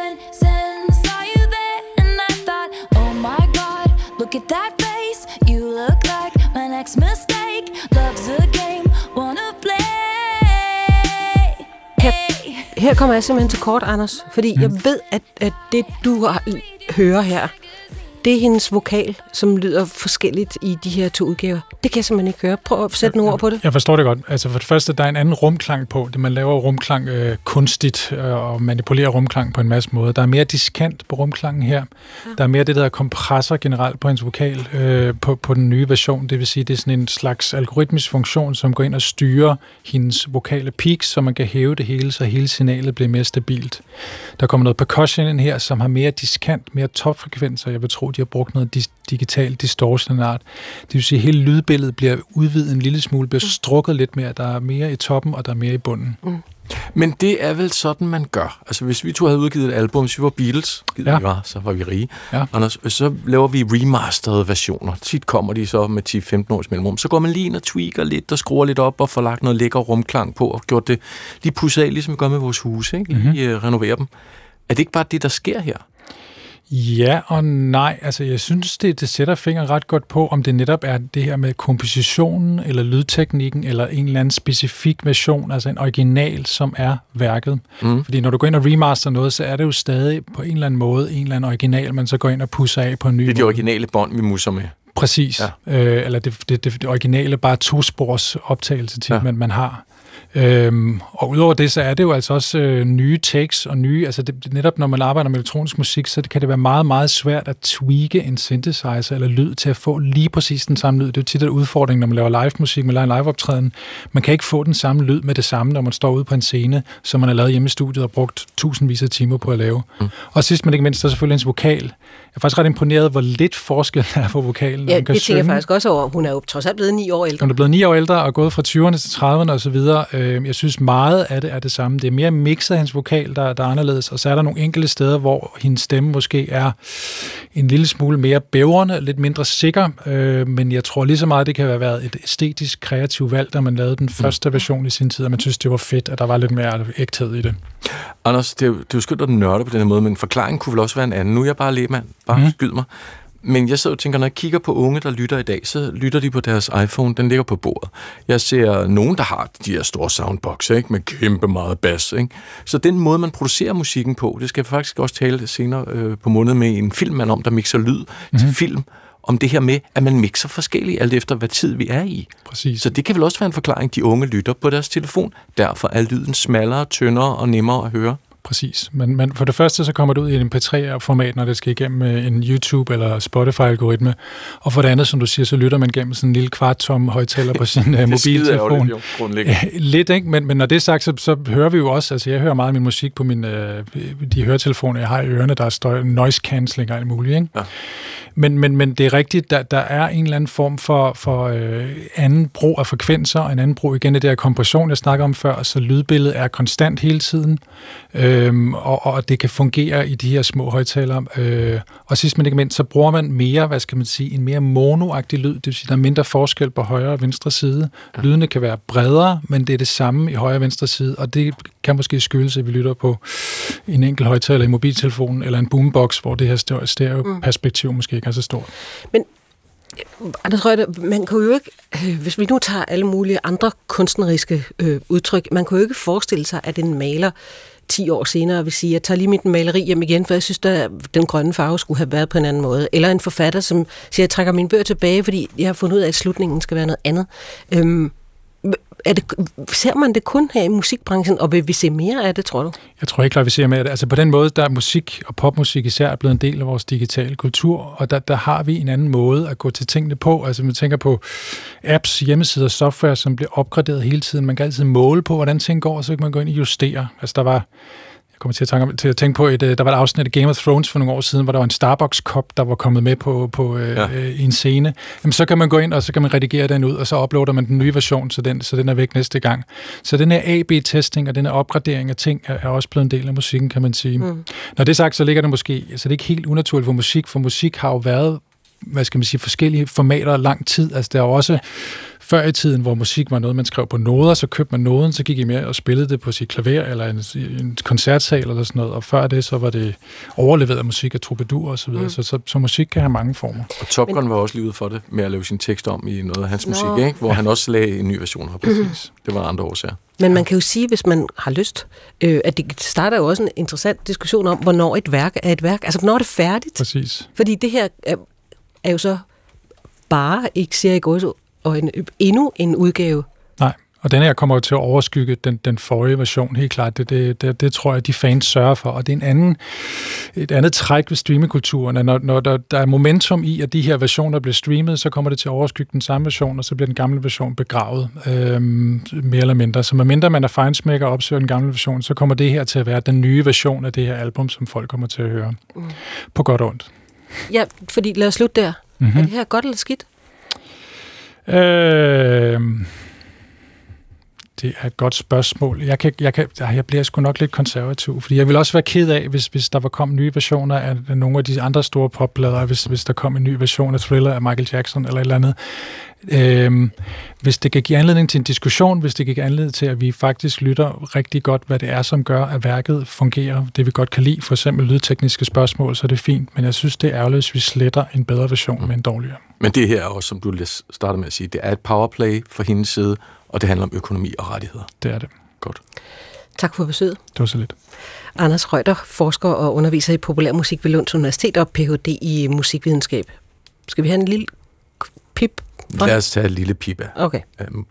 Look at that face, you look like my next mistake. Love's a game, wanna play. Her, her kommer jeg simpelthen til kort, Anders, fordi mm. jeg ved, at, at det, du har, hører her, det er hendes vokal, som lyder forskelligt i de her to udgaver. Det kan jeg simpelthen ikke høre. Prøv at sætte nogle ord på det. Jeg forstår det godt. Altså for det første, der er en anden rumklang på. Det, man laver rumklang øh, kunstigt øh, og manipulerer rumklang på en masse måder. Der er mere diskant på rumklangen her. Ja. Der er mere det, der hedder kompressor generelt på hendes vokal øh, på, på den nye version. Det vil sige, det er sådan en slags algoritmisk funktion, som går ind og styrer hendes vokale peaks, så man kan hæve det hele, så hele signalet bliver mere stabilt. Der kommer noget percussion ind her, som har mere diskant, mere topfrekvenser. Jeg vil tro, de har brugt noget dis- digital distortion art. Det vil sige, at hele lydbilledet bliver udvidet en lille smule, bliver strukket lidt mere. Der er mere i toppen, og der er mere i bunden. Mm. Men det er vel sådan, man gør. Altså, hvis vi to havde udgivet et album, hvis vi var Beatles, ja. vi var, så var vi rige, ja. Anders, så laver vi remasterede versioner. Tit kommer de så med ti til femten års mellemrum. Så går man lige ind og tweaker lidt, og skruer lidt op, og får lagt noget lækker rumklang på, og gjort det lige pudset af, ligesom vi gør med vores huse, ikke? Lige mm-hmm. uh, renovere dem. Er det ikke bare det, der sker her? Ja og nej. Altså, jeg synes, det, det sætter fingeren ret godt på, om det netop er det her med kompositionen, eller lydteknikken, eller en eller anden specifik version, altså en original, som er værket. Mm. Fordi når du går ind og remaster noget, så er det jo stadig på en eller anden måde en eller anden original, man så går ind og pusser af på en ny måde. Det er de originale bånd, vi musser med. Præcis. Ja. Øh, eller det, det, det, det originale bare to-spors optagelse til, ja. man, man har. Øhm, og udover det, så er det jo altså også øh, nye takes og nye, altså det, netop når man arbejder med elektronisk musik, så det, kan det være meget, meget svært at tweake en synthesizer eller lyd til at få lige præcis den samme lyd. Det er jo tit en udfordring, når man laver live musik, man laver en live-optræden. Man kan ikke få den samme lyd med det samme, når man står ude på en scene, som man har lavet hjemme i studiet og brugt tusindvis af timer på at lave. Mm. Og sidst men ikke mindst, så er selvfølgelig ens vokal. Jeg er faktisk ret imponeret, hvor lidt forskel der er på vokalen. Ja, det tænker jeg faktisk også over. Hun er jo trods alt blevet ni år ældre. Hun er blevet ni år ældre og gået fra tyverne til trediverne og så videre. Jeg synes meget af det er det samme. Det er mere mixet af hendes vokal, der, der er anderledes, og så er der nogle enkelte steder, hvor hendes stemme måske er en lille smule mere bævrende, lidt mindre sikker, øh, men jeg tror lige så meget, det kan have været et æstetisk kreativt valg, da man lavede den første version i sin tid, og man synes, det var fedt, at der var lidt mere ægthed i det. Anders, det er jo, det er jo skønt at nørde på den her måde, men forklaringen kunne vel også være en anden. Nu er jeg bare lægmand, bare mm. skyd mig. Men jeg sidder og tænker, når jeg kigger på unge, der lytter i dag, så lytter de på deres iPhone, den ligger på bordet. Jeg ser nogen, der har de her store soundboxer, ikke, med kæmpe meget bass. Ikke? Så den måde, man producerer musikken på, det skal jeg faktisk også tale senere øh, på måneden med en filmmand om, der mixer lyd mm-hmm. til film, om det her med, at man mixer forskelligt, alt efter hvad tid vi er i. Præcis. Så det kan vel også være en forklaring, de unge lytter på deres telefon. Derfor er lyden smallere, tyndere og nemmere at høre. præcis. Men, men for det første, så kommer det ud i en M P tre format, når det skal igennem en YouTube- eller Spotify-algoritme. Og for det andet, som du siger, så lytter man gennem sådan en lille kvarttom højtaler på sin uh, mobiltelefon. Det er grundlæggende. Ja, lidt, ikke? Men, men når det er sagt, så, så hører vi jo også, altså jeg hører meget af min musik på min, øh, de høretelefoner, jeg har i ørerne, der er støj, noise cancelling og alt muligt, ikke? Ja. Men, men, men det er rigtigt, der, der er en eller anden form for, for øh, anden brug af frekvenser, og en anden brug igen af det her kompression, jeg snakker om før, så lydbilledet er konstant hele tiden, øhm, og, og det kan fungere i de her små højtalere. Øh, og sidst men ikke mindst, så bruger man mere, hvad skal man sige, en mere monoagtig lyd, det vil sige, der er mindre forskel på højre og venstre side. Ja. Lydene kan være bredere, men det er det samme i højre og venstre side, og det kan måske skyldes, at vi lytter på en enkelt højtaler i mobiltelefonen, eller en boombox, hvor det her stereo-perspektiv mm. måske ikke er så stort. Men Anders Reuter, man kan jo ikke, øh, hvis vi nu tager alle mulige andre kunstneriske øh, udtryk, man kan jo ikke forestille sig, at en maler ti år senere vil sige, jeg tager lige mit maleri hjem igen, for jeg synes, at den grønne farve skulle have været på en anden måde. Eller en forfatter, som siger, jeg trækker mine bøger tilbage, fordi jeg har fundet ud af, at slutningen skal være noget andet. Øhm, Er det, ser man det kun her i musikbranchen, og vil vi se mere af det, tror du? Jeg tror ikke, at vi ser mere af det. Altså på den måde, der er musik og popmusik især blevet en del af vores digitale kultur, og der, der har vi en anden måde at gå til tingene på. Altså man tænker på apps, hjemmesider, software, som bliver opgraderet hele tiden. Man kan altid måle på, hvordan ting går, og så kan man gå ind og justere. Altså der var... Jeg kommer til at tænke, til at tænke på, et, der var et afsnit af Game of Thrones for nogle år siden, hvor der var en Starbucks-kop, der var kommet med på, på øh, ja. øh, en scene. Jamen, så kan man gå ind, og så kan man redigere den ud, og så uploader man den nye version, så den, så den er væk næste gang. Så den her A B-testing og den her opgradering af ting er, er også blevet en del af musikken, kan man sige. Mm. Når det er sagt, så ligger det måske, så det er ikke helt unaturligt for musik, for musik har jo været, hvad skal man sige, forskellige formater lang tid. Altså der er jo også før i tiden, hvor musik var noget, man skrev på noder, så købte man noden, så gik I med og spillede det på sit klaver eller en, en koncertsal eller sådan noget, og før det, så var det overleveret af musik af troubadour og så videre, mm. så, så, så musik kan have mange former. Og Top Gun var også lige ude for det, med at lave sin tekst om i noget af hans Nå. musik, ikke? Hvor han også lagde en ny version her. Præcis. Det var andre årsager. Men man kan jo sige, hvis man har lyst, øh, at det starter jo også en interessant diskussion om, hvornår et værk er et værk. Altså, hvornår er det færdigt? Præcis. Fordi det her er, er jo så bare, ikke siger i går, og en, endnu en udgave. Nej, og den her kommer jo til at overskygge den, den forrige version, helt klart. Det, det, det, det tror jeg, de fans sørger for. Og det er en anden, et andet træk ved streamekulturen, at når, når der, der er momentum i, at de her versioner bliver streamet, så kommer det til at overskygge den samme version, og så bliver den gamle version begravet, øhm, mere eller mindre. Så medmindre man er feinsmækker og opsøger den gamle version, så kommer det her til at være den nye version af det her album, som folk kommer til at høre. Mm. På godt og ondt. Ja, fordi lad os slutte der. Mm-hmm. Er det her godt eller skidt? Øh, det er et godt spørgsmål. Jeg, kan, jeg, kan, jeg bliver sgu nok lidt konservativ, fordi jeg vil også være ked af, hvis, hvis der var kommet nye versioner af nogle af de andre store popplader, hvis, hvis der kom en ny version af Thriller af Michael Jackson eller et eller andet. Øh, hvis det kan give anledning til en diskussion, hvis det kan give anledning til, at vi faktisk lytter rigtig godt, hvad det er, som gør, at værket fungerer, det vi godt kan lide, for eksempel lydtekniske spørgsmål, så er det fint, men jeg synes, det er ærgerligt, hvis vi sletter en bedre version mm. med en dårligere. Men det her er også, som du startede med at sige, det er et powerplay for hendes side, og det handler om økonomi og rettigheder. Det er det. Godt. Tak for besøget. Det var så lidt. Anders Reuter, forsker og underviser i populærmusik ved Lunds Universitet og P H D i musikvidenskab. Skal vi have en lille pip? Lad os tage et lille pip af. Okay. Um,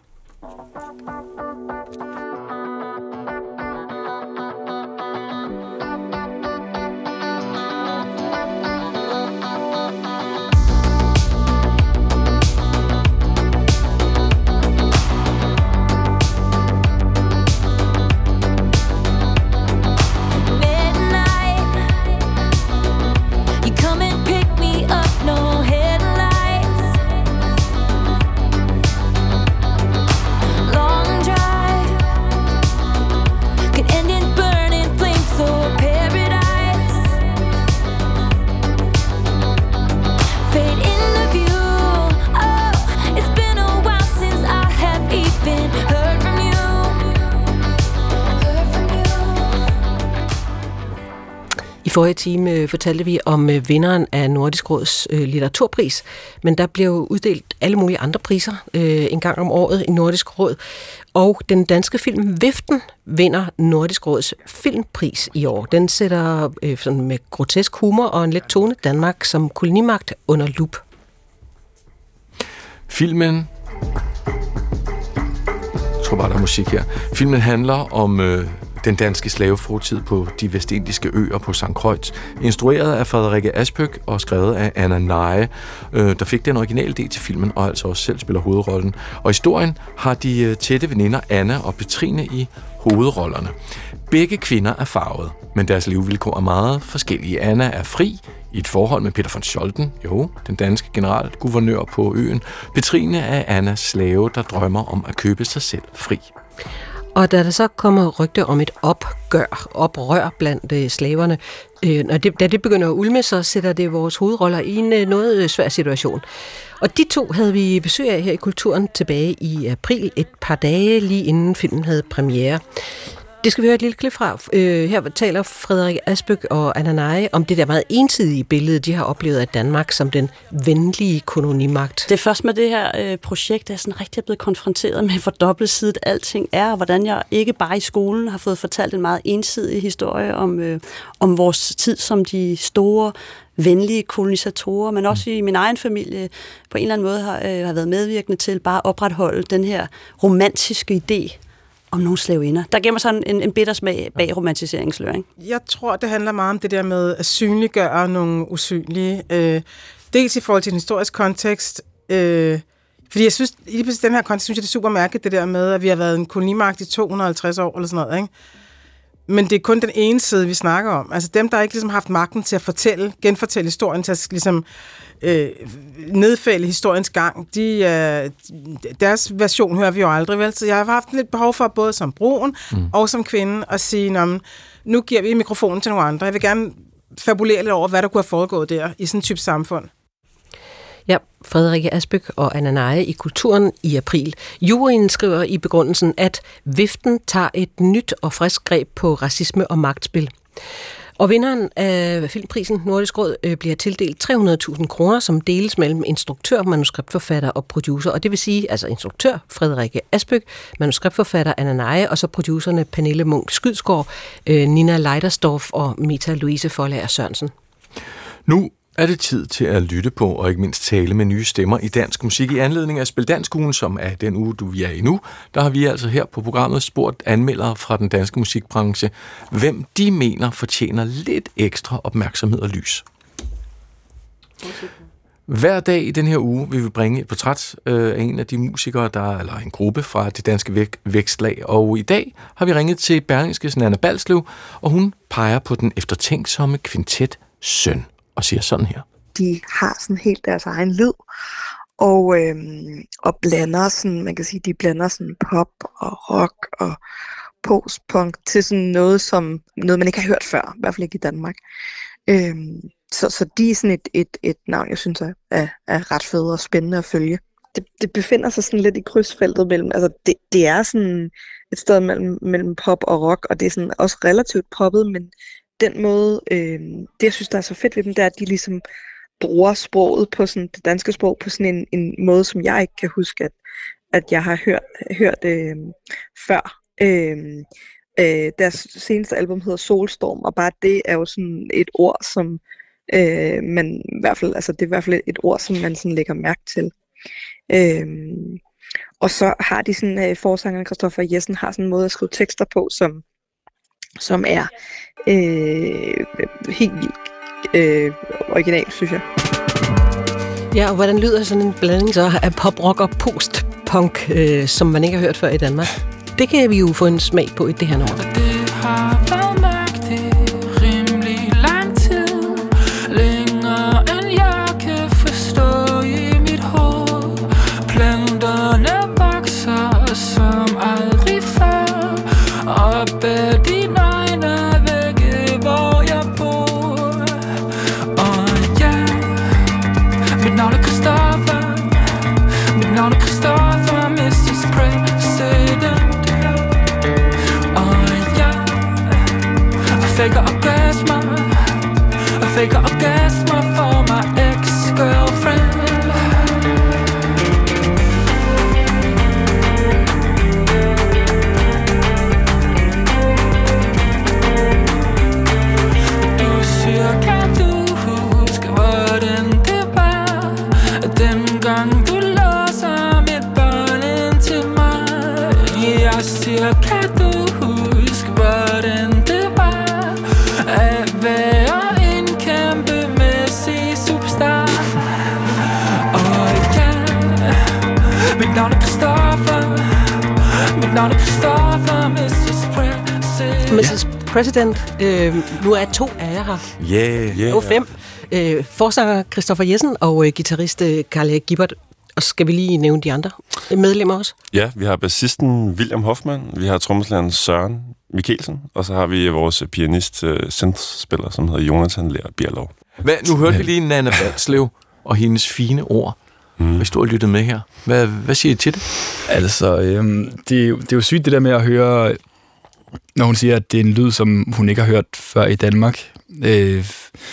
I forrige time fortalte vi om vinderen af Nordisk Råds litteraturpris, men der blev uddelt alle mulige andre priser en gang om året i Nordisk Råd, og den danske film Viften vinder Nordisk Råds filmpris i år. Den sætter sådan med grotesk humor og en let tone Danmark som kolonimagt under lup. Filmen... Jeg tror bare, der er musik her. Filmen handler om... Øh Den danske slavefortid på de vestindiske øer på Sankt Croix, instrueret af Frederikke Aspøk og skrevet af Anna Neje, øh, der fik den originale del til filmen og altså også selv spiller hovedrollen. Og i historien har de øh, tætte veninder Anna og Petrine i hovedrollerne. Begge kvinder er farvede, men deres livsvilkår er meget forskellige. Anna er fri i et forhold med Peter von Scholten, jo, den danske generalguvernør på øen. Petrine er Annas slave, der drømmer om at købe sig selv fri. Og da der så kommer rygter om et opgør, oprør blandt øh, slaverne, øh, når det, da det begynder at ulme, så sætter det vores hovedroller i en øh, noget svær situation. Og de to havde vi besøg af her i Kulturen tilbage i april, et par dage lige inden filmen havde premiere. Det skal vi høre et lille klip fra. Øh, her taler Frederik Aspøk og Anna Neje om det der meget ensidige billede, de har oplevet af Danmark som den venlige kolonimagt. Det er først med det her øh, projekt, der er sådan rigtig blevet konfronteret med, hvor dobbeltsidigt alting er, og hvordan jeg ikke bare i skolen har fået fortalt en meget ensidig historie om, øh, om vores tid som de store, venlige kolonisatorer, men også i min egen familie på en eller anden måde har, øh, har været medvirkende til bare at opretholde den her romantiske idé om nogle slavinder. Der gemmer sig en, en bitter smag bag romantiseringslør, ikke? Jeg tror, det handler meget om det der med at synliggøre nogle usynlige. Øh, dels i forhold til en historisk kontekst. Øh, fordi jeg synes, i den her kontekst, synes jeg, det er super mærkeligt, det der med, at vi har været en kolonimagt i to hundrede og halvtreds år, eller sådan noget, ikke? Men det er kun den ene side, vi snakker om. Altså dem, der ikke ligesom har haft magten til at fortælle, genfortælle historien, til at ligesom øh, nedfælde historiens gang, de, øh, deres version hører vi jo aldrig, vel? Så jeg har haft lidt behov for, både som brun mm. og som kvinde, at sige, nu giver vi mikrofonen til nogle andre. Jeg vil gerne fabulere lidt over, hvad der kunne have foregået der i sådan en type samfund. Ja, Frederikke Aspøk og Anna Neje i Kulturen i april. Juryen skriver i begrundelsen, at viften tager et nyt og frisk greb på racisme og magtspil. Og vinderen af filmprisen Nordisk Råd bliver tildelt tre hundrede tusind kroner, som deles mellem instruktør, manuskriptforfatter og producer. Og det vil sige, altså instruktør Frederikke Aspøk, manuskriptforfatter Anna Neje, og så producerne Pernille Munk Skydsgaard, Nina Leidersdorf og Meta Louise Forlager Sørensen. Nu er det tid til at lytte på og ikke mindst tale med nye stemmer i dansk musik. I anledning af Spil Dansk-ugen, som er den uge, du vi er i nu, der har vi altså her på programmet spurgt anmeldere fra den danske musikbranche, hvem de mener fortjener lidt ekstra opmærksomhed og lys. Hver dag i den her uge vil vi bringe et portræt af en af de musikere, der eller en gruppe fra det danske væk- vækstlag. Og i dag har vi ringet til Berlingskes Nanna Balslev, og hun peger på den eftertænksomme kvintet Søn og siger sådan her. De har sådan helt deres egen lyd, og, øhm, og blander sådan, man kan sige, de blander sådan pop og rock og post-punk til sådan noget, som noget man ikke har hørt før, i hvert fald ikke i Danmark. Øhm, så, så de er sådan et, et, et navn, jeg synes er, er, er ret fedt og spændende at følge. Det, det befinder sig sådan lidt i krydsfeltet mellem, altså det, det er sådan et sted mellem, mellem pop og rock, og det er sådan også relativt poppet, men den måde, øh, det jeg synes, der er så fedt ved dem, det er, at de ligesom bruger sproget på sådan, det danske sprog på sådan en, en måde, som jeg ikke kan huske, at, at jeg har hørt, hørt øh, før. Øh, øh, deres seneste album hedder Solstorm, og bare det er jo sådan et ord, som øh, man i hvert fald, altså det er i hvert fald et ord, som man sådan lægger mærke til. Øh, og så har de sådan, øh, forsangeren Christoffer Jessen har sådan en måde at skrive tekster på, som som er øh, helt vildt øh, original, synes jeg. Ja, og hvordan lyder sådan en blanding så af pop-rock og post-punk, øh, som man ikke har hørt før i Danmark? Det kan vi jo få en smag på i det her nummer. Det har været mørkt i rimelig lang tid, længere end jeg kan forstå i mit hoved. Planterne vokser som aldrig før, og bag dine øjne vægge, hvor jeg bor. Og ja, mit navn er Christoffer, mit navn er Christoffer, missus President. Og ja, jeg faker orgasmer, jeg faker orgasmer for my ex-girlfriend. Kan du huske, hvordan Navnet Christoffer, missus President. missus President, øh, nu er to af jer her. Yeah, yeah. Og fem. Øh, forsanger Christoffer Jessen og øh, guitarist øh, Karl Erik Gibbert. Og skal vi lige nævne de andre medlemmer også? Ja, vi har bassisten William Hoffmann, vi har trommeslageren Søren Mikkelsen, og så har vi vores pianist, uh, synth-spiller, som hedder Jonathan Lær Bjerlov. Hvad, nu hørte vi lige Nanna Balslev og hendes fine ord. Mm. Hvis du har lyttet med her. Hvad, hvad siger I til det? Altså, øhm, det, er jo, det er jo sygt det der med at høre, når hun siger, at det er en lyd, som hun ikke har hørt før i Danmark. Øh,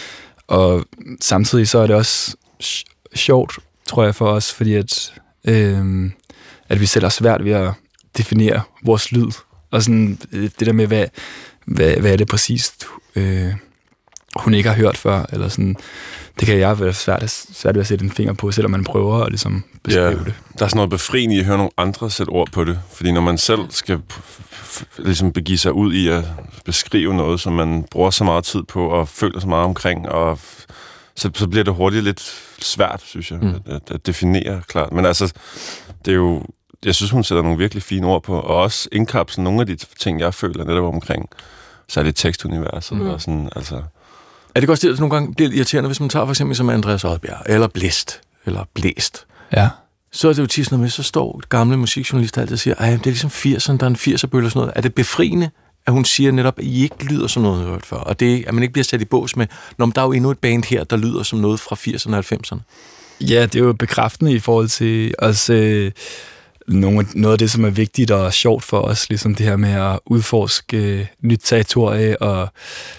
og samtidig så er det også sjovt, tror jeg, for os, fordi at, øh, at vi selv har svært ved at definere vores lyd. Og sådan det der med, hvad, hvad, hvad er det præcist, øh, hun ikke har hørt før, eller sådan, det kan jeg være svært, svært ved at sætte en finger på, selvom man prøver at ligesom beskrive ja, det. Der er sådan noget befriende i at høre nogle andre sætte ord på det, fordi når man selv skal ligesom begive sig ud i at beskrive noget, som man bruger så meget tid på og føler så meget omkring, og så, så bliver det hurtigt lidt svært, synes jeg, mm. at, at definere klart. Men altså, det er jo, jeg synes, hun sætter nogle virkelig fine ord på, og også indkapsler nogle af de ting, jeg føler netop omkring, særligt tekstuniverset mm. og sådan, altså. Er det godt sted, at nogle gange bliver irriterende, hvis man tager for eksempel som Andreas Odbjerg, eller Blæst, eller Blæst. Ja. Så er det jo tit noget med, så står gamle musikjournalister altid og siger, ej, det er ligesom firserne, der er en firser-bølle og sådan noget. Er det befriende, at hun siger netop, at I ikke lyder som noget, hørt før? Og det, at man ikke bliver sat i bås med, når der er jo endnu et band her, der lyder som noget fra firserne og halvfemserne. Ja, det er jo bekræftende i forhold til også øh, nogle, noget af det, som er vigtigt og sjovt for os, ligesom det her med at udforske øh, nyt territorie og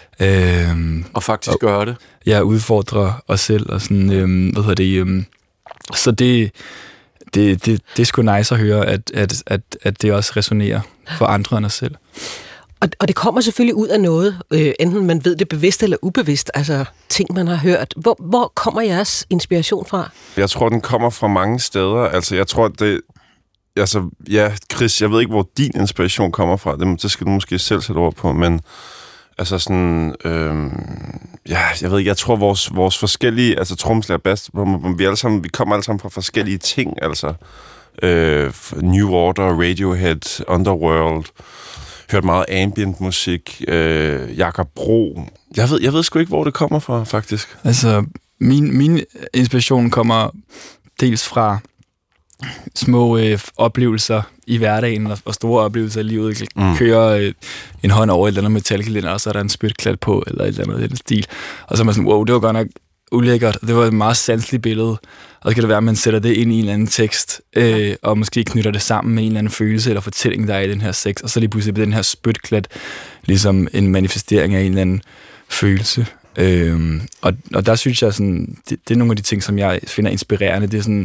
Øhm, og faktisk og, gøre det. Ja, udfordre os selv og sådan, øhm, hvad hedder det, øhm, så det, det, det, det er sgu nice at høre, at, at, at, at det også resonerer for andre end os selv. Og, og det kommer selvfølgelig ud af noget, øh, enten man ved det bevidst eller ubevidst, altså ting, man har hørt. Hvor, hvor kommer jeres inspiration fra? Jeg tror, den kommer fra mange steder. Altså, jeg tror, det... Altså, ja, Chris, jeg ved ikke, hvor din inspiration kommer fra. Det, det skal du måske selv sætte ord på, men... Altså sådan, øhm, ja, jeg ved ikke, jeg tror vores, vores forskellige, altså trommeslager bass, vi alle sammen, vi kommer alle sammen fra forskellige ting, altså øh, New Order, Radiohead, Underworld, hørt meget ambient musik, øh, Jakob Bro. Jeg ved, jeg ved sgu ikke, hvor det kommer fra, faktisk. Altså, min, min inspiration kommer dels fra små øh, oplevelser i hverdagen og, og store oplevelser i livet. Mm. Kører øh, en hånd over et eller andet metalkalender, og så er der en spytklat på, eller et eller andet i den stil. Og så er man sådan, wow, det var godt nok ulækkert. Det var et meget sanseligt billede. Og så kan det være, at man sætter det ind i en eller anden tekst, øh, og måske knytter det sammen med en eller anden følelse eller fortælling, der er i den her sex. Og så lige pludselig bliver den her spytklat ligesom en manifestering af en eller anden følelse. Øh, og, og der synes jeg, sådan, det, det er nogle af de ting, som jeg finder inspirerende. Det er sådan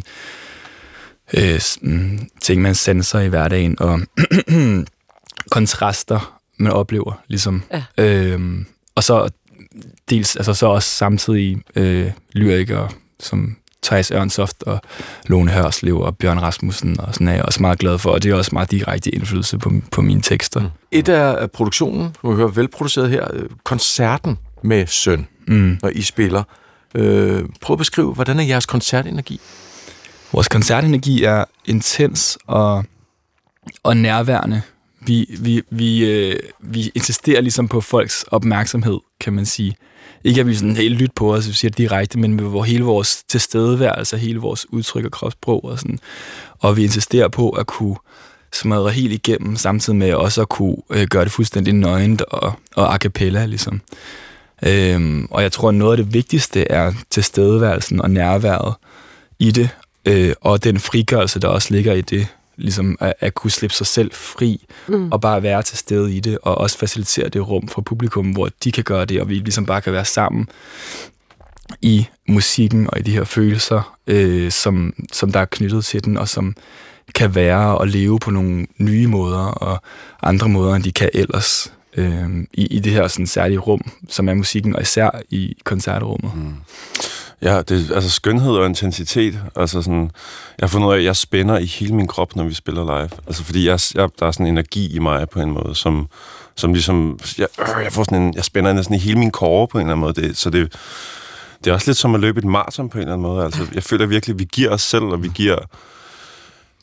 Øh, ting, man sanser i hverdagen, og kontraster, man oplever, ligesom. Ja. Øhm, og så dels, altså så også samtidig øh, lyrikere, som Theis Ørnsoft og Lone Hørslev og Bjørn Rasmussen, og sådan er jeg også meget glad for, og det er også meget direkte indflydelse på, på mine tekster. Mm. Et af produktionen, du hører velproduceret her, koncerten med Søn, mm. når I spiller. Øh, prøv at beskrive, hvordan er jeres koncertenergi? Vores koncertenergi er intens og, og nærværende. Vi, vi, vi, øh, vi insisterer ligesom på folks opmærksomhed, kan man sige. Ikke at vi sådan helt lyt på os, vi siger det direkte, men med hele vores tilstedeværelse, hele vores udtryk og kropssprog og sådan. Og vi insisterer på at kunne smadre helt igennem, samtidig med også at kunne øh, gøre det fuldstændig nøgent og, og a cappella, ligesom. Øhm, og jeg tror, at noget af det vigtigste er tilstedeværelsen og nærværet i det, Øh, og den frigørelse, der også ligger i det, ligesom at, at kunne slippe sig selv fri, mm. og bare være til stede i det, og også facilitere det rum for publikum, hvor de kan gøre det, og vi ligesom bare kan være sammen i musikken og i de her følelser, øh, som, som der er knyttet til den, og som kan være og leve på nogle nye måder, og andre måder, end de kan ellers, øh, i, i det her sådan særlige rum, som er musikken, og især i koncertrummet. Mm. Ja, det er altså skønhed og intensitet. Altså sådan, jeg har fundet ud af, at jeg spænder i hele min krop, når vi spiller live. Altså fordi jeg, jeg, der er sådan en energi i mig på en måde, som, som ligesom, jeg, øh, jeg får sådan en, jeg spænder næsten i hele min kåre på en eller anden måde. Det, så det, det er også lidt som at løbe et maraton på en eller anden måde. Altså, jeg føler virkelig, at vi giver os selv, og vi giver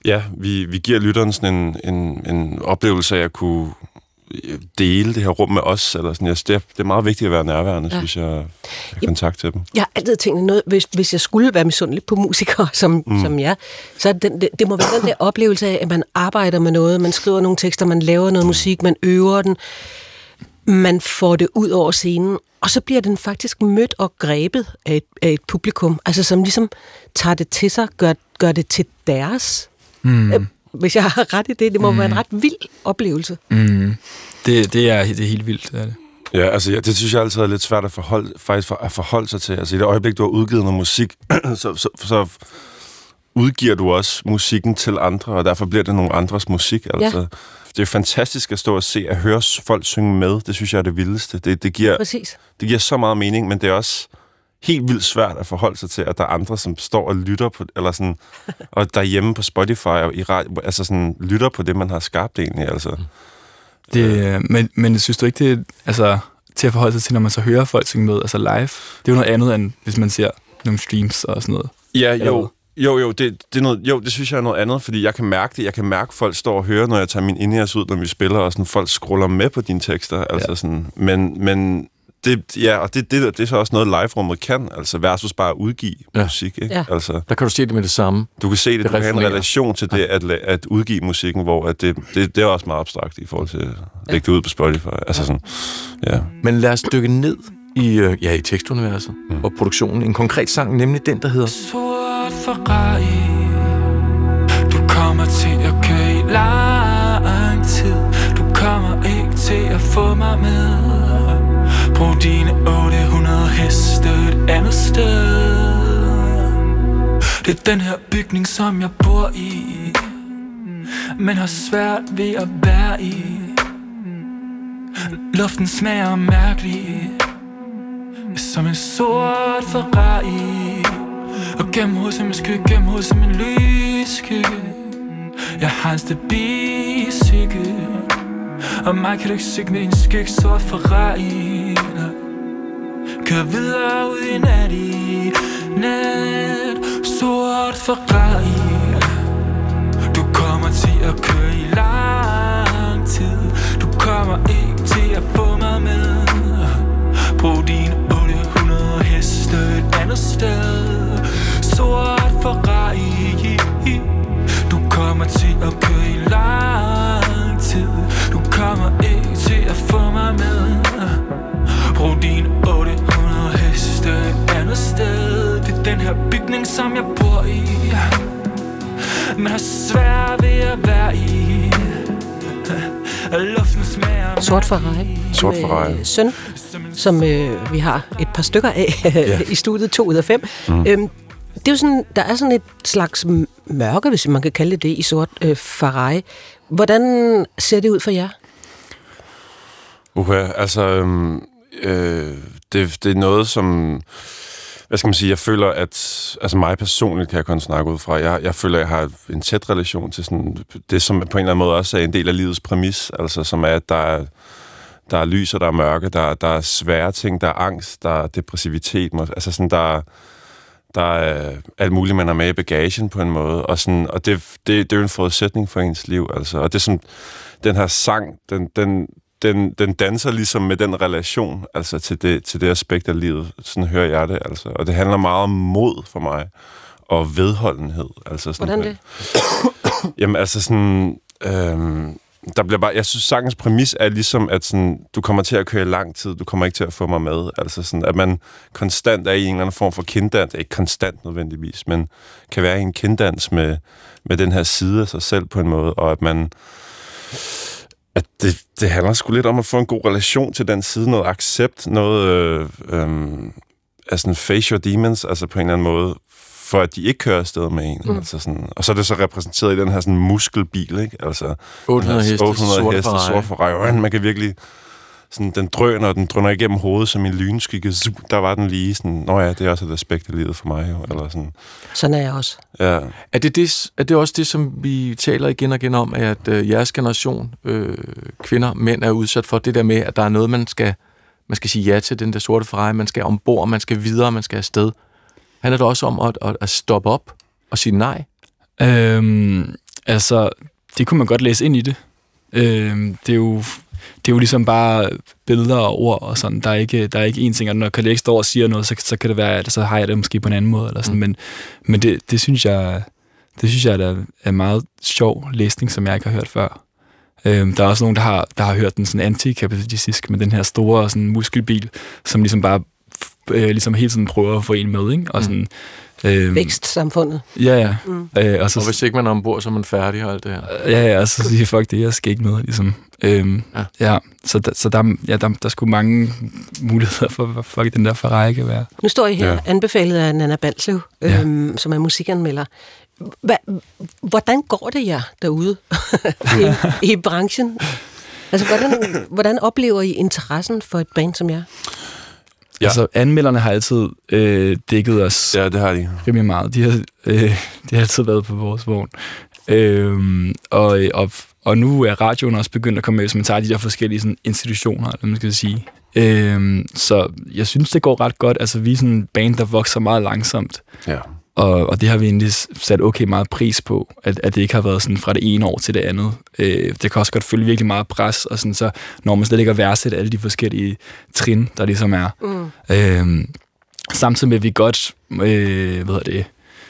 ja, vi, vi giver lytteren sådan en, en, en oplevelse af at kunne dele det her rum med os. Eller sådan. Det, er, det er meget vigtigt at være nærværende, ja. Hvis jeg har kontakt til dem. Jeg har altid tænkt noget, hvis, hvis jeg skulle være misundelig på musikere som, mm. som jer, så er den, det, det må være den der oplevelse af, at man arbejder med noget, man skriver nogle tekster, man laver noget musik, man øver den, man får det ud over scenen, og så bliver den faktisk mødt og grebet af et, af et publikum, altså som ligesom tager det til sig, gør, gør det til deres. Mm. Hvis jeg har ret i det, det må mm. være en ret vild oplevelse. Mm. Det, det, er, det er helt vildt, det er det. Ja, altså ja, det synes jeg altid er lidt svært at forholde, faktisk for, at forholde sig til. Altså i det øjeblik, du har udgivet noget musik, så, så, så udgiver du også musikken til andre, og derfor bliver det nogle andres musik. Altså. Ja. Det er fantastisk at stå og se, at høre folk synge med. Det synes jeg er det vildeste. Det, det, giver, det giver så meget mening, men det er også helt vildt svært at forholde sig til, at der er andre, som står og lytter på, eller sådan, og derhjemme på Spotify, og i radio, altså sådan, lytter på det, man har skabt egentlig, altså. Det, men, men synes du ikke, det er, altså, til at forholde sig til, når man så hører folk synge med, altså live? Det er jo noget andet, end hvis man ser nogle streams og sådan noget. Ja, jo. Jo, jo, det, det er noget, jo, det synes jeg er noget andet, fordi jeg kan mærke det. Jeg kan mærke, at folk står og hører, når jeg tager min in-ears ud, når vi spiller, og sådan, folk scroller med på dine tekster. Altså ja. Sådan, men, men det, ja, og det, det, det er så også noget, live-rummet kan, altså versus bare at udgive ja. musik. Ikke? Ja. Altså, der kan du se det med det samme. Du kan se det, det du kan have en relation til det, at, at udgive musikken, hvor at det, det, det er også meget abstrakt i forhold til at lægge det ud på Spotify. Altså sådan, ja. Men lad os dykke ned i, ja, i tekstuniverset mm. og produktionen. En konkret sang, nemlig den, der hedder Sort Ferrari. Du kommer til at køre i lang tid. Du kommer ikke til at få mig med. Brug dine otte hundrede heste et andet sted. Det er den her bygning, som jeg bor i, men har svært ved at være i. Luften smager mærkelig, som en sort Ferrari. Og gennem hovedet som en skygge, gennem hovedet som en lysskygge. Jeg har en stabil psyke, og mig kan du ikke sigge med en skygge sort Ferrari. Kør videre ud i nat i nat. Sort Ferrari. Du kommer til at køre i lang tid. Du kommer ikke til at få mig med. Brug dine otte hundrede heste et andet sted. Sort Ferrari. Du kommer til at køre i lang tid. Du kommer ikke til at få mig med. Brug dine otte hundrede heste et andet sted. Det er den her bygning, som jeg bor i, men har svært ved at være i. Luften smager Sort Ferrari. Sort Ferrari. Med Søn, som øh, vi har et par stykker af ja. i studiet, to ud af fem. Mm. Øhm, det er jo sådan, der er sådan et slags mørke, hvis man kan kalde det, i Sort øh, Ferrari. Hvordan ser det ud for jer? Uha, altså, øhm, øh, det, det er noget, som, hvad skal man sige, jeg føler, at, altså mig personligt kan jeg kun snakke ud fra, jeg, jeg føler, at jeg har en tæt relation til sådan, det, som på en eller anden måde også er en del af livets præmis, altså som er, at der er, der er lys og der er mørke, der, der er svære ting, der er angst, der er depressivitet, altså sådan, der er, der er alt muligt, man er med i bagagen på en måde, og, sådan, og det, det, det er jo en forudsætning for ens liv, altså, og det er som, den her sang, den, den, den, den danser ligesom med den relation, altså til det, til det aspekt af livet, sådan hører jeg det, altså, og det handler meget om mod for mig, og vedholdenhed, altså sådan. Hvordan det? Jamen, altså sådan, øhm, der bliver bare, jeg synes, sangens præmis er ligesom, at sådan, du kommer til at køre lang tid, du kommer ikke til at få mig med. Altså sådan, at man konstant er i en eller anden form for kinddans, ikke konstant nødvendigvis, men kan være i en kinddans med, med den her side af sig selv på en måde, og at man, at det, det handler sgu lidt om at få en god relation til den side, noget accept, noget, øh, øh, altså face your demons, altså på en eller anden måde, for at de ikke kører afsted med en. Mm. Altså sådan, og så er det så repræsenteret i den her sådan muskelbil, ikke? Altså otte hundrede heste, otte heste, sort Ferrari. Man kan virkelig sådan, den drøner, og den drøner igennem hovedet som en lynskygge. Der var den lige sådan, nå ja, det er også et aspekt af livet for mig, jo. Eller sådan. Sådan er jeg også. Ja. Er det, det, er det også det, som vi taler igen og igen om, at øh, jeres generation, øh, kvinder, mænd, er udsat for det der med, at der er noget, man skal, man skal sige ja til, den der sorte Ferrari, man skal ombord, man skal videre, man skal afsted. Handler det også om at, at, at stoppe op og sige nej? Øhm, altså, det kunne man godt læse ind i det. Øh, det er jo... Det er jo ligesom bare billeder og ord og sådan. Der er ikke, der er ikke én ting, og når Khaled står og siger noget, så, så kan det være, at så har jeg det måske på en anden måde. Eller sådan. Mm. Men, men det, det synes jeg, det synes jeg er, er meget sjov læsning, som jeg ikke har hørt før. Øhm, der er også nogen, der har, der har hørt den sådan antikapitalistisk med den her store sådan, muskelbil, som ligesom bare øh, ligesom hele tiden prøver at få en med, ikke? Og sådan, øhm, vækstsamfundet. Ja, ja. Mm. Øh, og, så, og hvis ikke man er ombord, så er man færdig og alt det her. Ja, ja, og så siger fuck det, jeg skal ikke med, ligesom. Øhm, ja. ja, så, der, så der, ja, der, der skulle mange muligheder for, hvor fuck den der Ferrari kan være. Nu står I her, ja. anbefalet af Nanna Balslev, øhm, ja. som er musikanmelder. Hva, hvordan går det jer derude i, i branchen? Altså, hvordan, hvordan oplever I interessen for et band som jer? Ja. Altså, anmelderne har altid øh, dækket os. Ja, det har de. Rimelig meget. De har, øh, de har altid været på vores vogn. Øh, og, og, og nu er radioen også begyndt at komme med, hvis man tager de der forskellige sådan, institutioner, eller man skal sige. Øh, så jeg synes, det går ret godt. Altså, vi er sådan en band, der vokser meget langsomt. Ja. Og, og det har vi egentlig sat okay meget pris på, at, at det ikke har været sådan fra det ene år til det andet. Øh, det kan også godt følge virkelig meget pres, og sådan, så når man slet ikke har værdsat alle de forskellige trin, der ligesom er. Mm. Øh, samtidig med, at vi godt, øh, hvad det,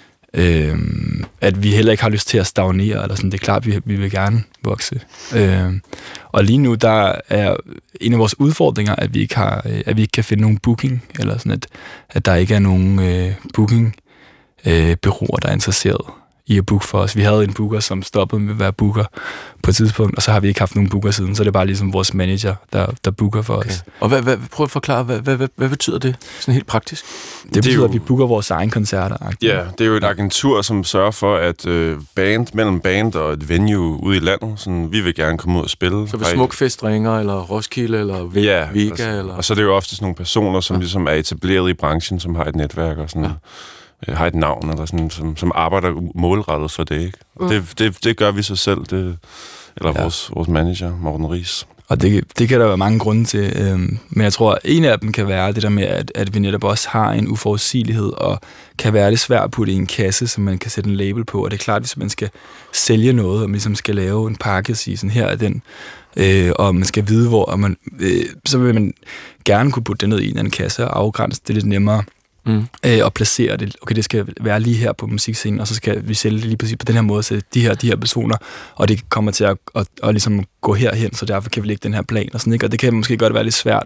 øh, at vi heller ikke har lyst til at stagnere, eller sådan. Det er klart, vi, vi vil gerne vokse. Øh, og lige nu, der er en af vores udfordringer, at vi ikke, har, at vi ikke kan finde nogen booking, eller sådan, at, at der ikke er nogen øh, booking, Øh, bureauer, der er interesseret i at booke for os. Vi havde en booker, som stoppede med at være booker på et tidspunkt, og så har vi ikke haft nogen booker siden, så det er bare ligesom vores manager, der, der booker for okay. os. Og hvad, hvad, prøv at forklare, hvad, hvad, hvad, hvad betyder det sådan helt praktisk? Det betyder, det jo, at vi booker vores egen koncerter. Ja, det er jo et agentur, som sørger for, at øh, band mellem band og et venue ude i landet, sådan, vi vil gerne komme ud og spille. Så hvis Smukfest ringer, eller Roskilde, eller v- ja, Vega, altså, eller... Og så er det jo ofte sådan nogle personer, som ja. ligesom er etableret i branchen, som har et netværk og sådan... Ja. har et navn, eller sådan, som, som arbejder målrettet for det, ikke? Mm. Det, det, det gør vi så selv, det, eller ja. vores, vores manager, Morten Ries. Og det, det kan der være mange grunde til, øhm, men jeg tror, at en af dem kan være det der med, at, at vi netop også har en uforudsigelighed, og kan være det svært at putte i en kasse, som man kan sætte en label på, og det er klart, hvis man skal sælge noget, og man ligesom skal lave en pakke, og sige sådan, her er den, øh, og man skal vide, hvor, og man, øh, så vil man gerne kunne putte det ned i en eller anden kasse, og afgrænse det lidt nemmere, Mm. Øh, og placere det. Okay, det skal være lige her på musikscenen, og så skal vi sælge det lige præcis på den her måde til de her, de her personer, og det kommer til at, at, at, at ligesom gå herhen, så derfor kan vi lægge den her plan og sådan, ikke? Og det kan måske godt være lidt svært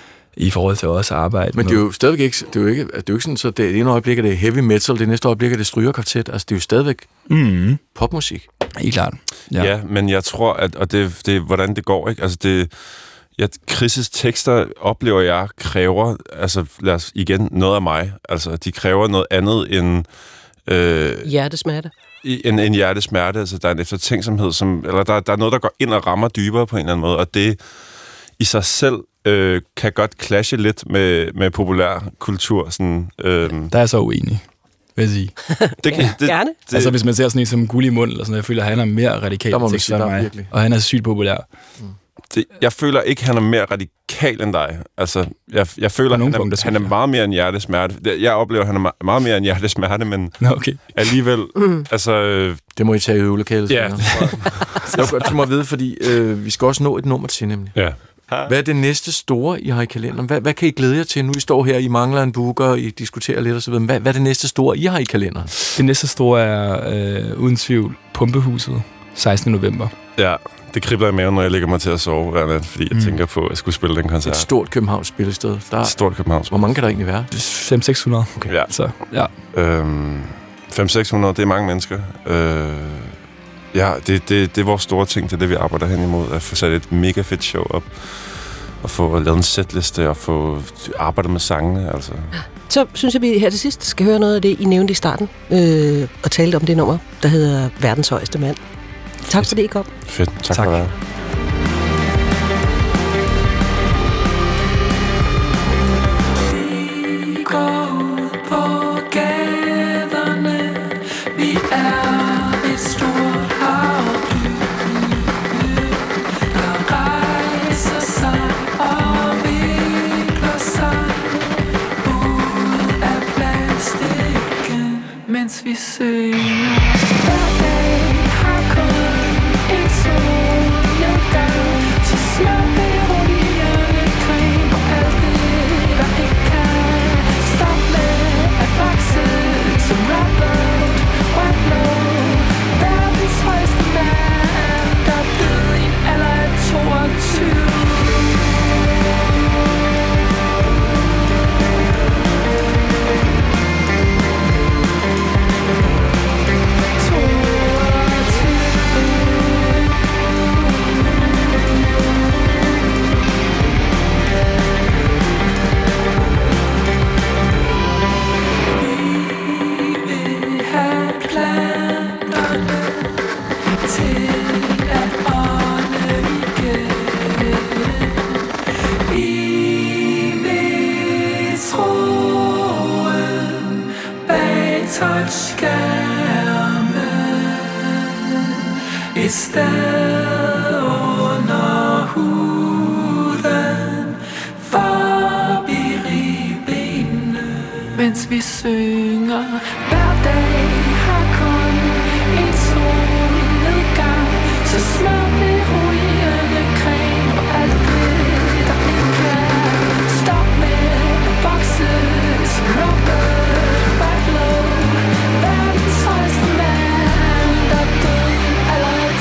i forhold til også at arbejde. Men det er jo stadigvæk ikke, det er jo ikke, det er jo ikke sådan, så det ene øjeblik er det heavy metal, det næste øjeblik er det strygerkvartet, altså det er jo stadigvæk mm. popmusik. Helt klart. Ja. ja, men jeg tror, at, og det, det hvordan det går, ikke? Altså det Ja, Chris' tekster oplever jeg kræver, altså lad os igen, noget af mig. Altså, de kræver noget andet end... Øh, hjertesmerte. En, en hjertesmerte, altså der er en eftertænksomhed, som, eller der, der er noget, der går ind og rammer dybere på en eller anden måde, og det i sig selv øh, kan godt clashe lidt med, med populær kultur. Sådan, øh. Der er så uenig, vil jeg sige. Det kan, det, Gerne. Det, altså, hvis man ser sådan en som Guld i mund, eller sådan, jeg føler, at han er mere radikal tekster end mig, virkelig. Og han er sygt populær. Mm. Det, jeg føler ikke, han er mere radikal end dig. Altså, jeg, jeg føler, han er, punkter, han er meget mere end hjertesmerte. Jeg oplever, han er meget mere end hjertesmerte, men okay. alligevel... Mm. Altså, øh, det må I tage i øvelokalet. Ja. Jeg vil godt til mig at vide, fordi øh, vi skal også nå et nummer til, nemlig. Ja. Hvad er det næste store, I har i kalenderen? Hvad, hvad kan I glæde jer til? Nu I står her, I mangler en booker, I diskuterer lidt og så videre. Hvad, hvad er det næste store, I har i kalenderen? Det næste store er øh, uden tvivl Pumpehuset, sekstende november. Ja, det kribler i maven, når jeg lægger mig til at sove hver nat, fordi jeg mm. tænker på, at jeg skulle spille den koncert. Et stort Københavns spillested. Der er... Et stort Københavns. Hvor mange kan der egentlig være? fem til seks hundrede. Okay. Ja. Så, ja. Øhm, fem til seks hundrede, det er mange mennesker. Øh, ja, det, det, det er vores store ting, det er det, vi arbejder hen imod. At få sat et mega fedt show op. Og få lavet en setliste og få arbejdet med sangene, altså. Så synes jeg, vi her til sidst skal høre noget af det, I nævnte i starten, øh, og talte om det nummer, der hedder Verdens højeste mand. Tak fordi I kom. Fedt, tak, tak. for det. Mens vi synger hver dag har touchskærme. Et sted under huden, forbi ribbenene, mens vi synger. Hver dag har kun en solnedgang, så slår vi rygende kring og alt det, der ikke kan. Stop med at vokse, slukke, battle, verdens højeste mand, der døden allerede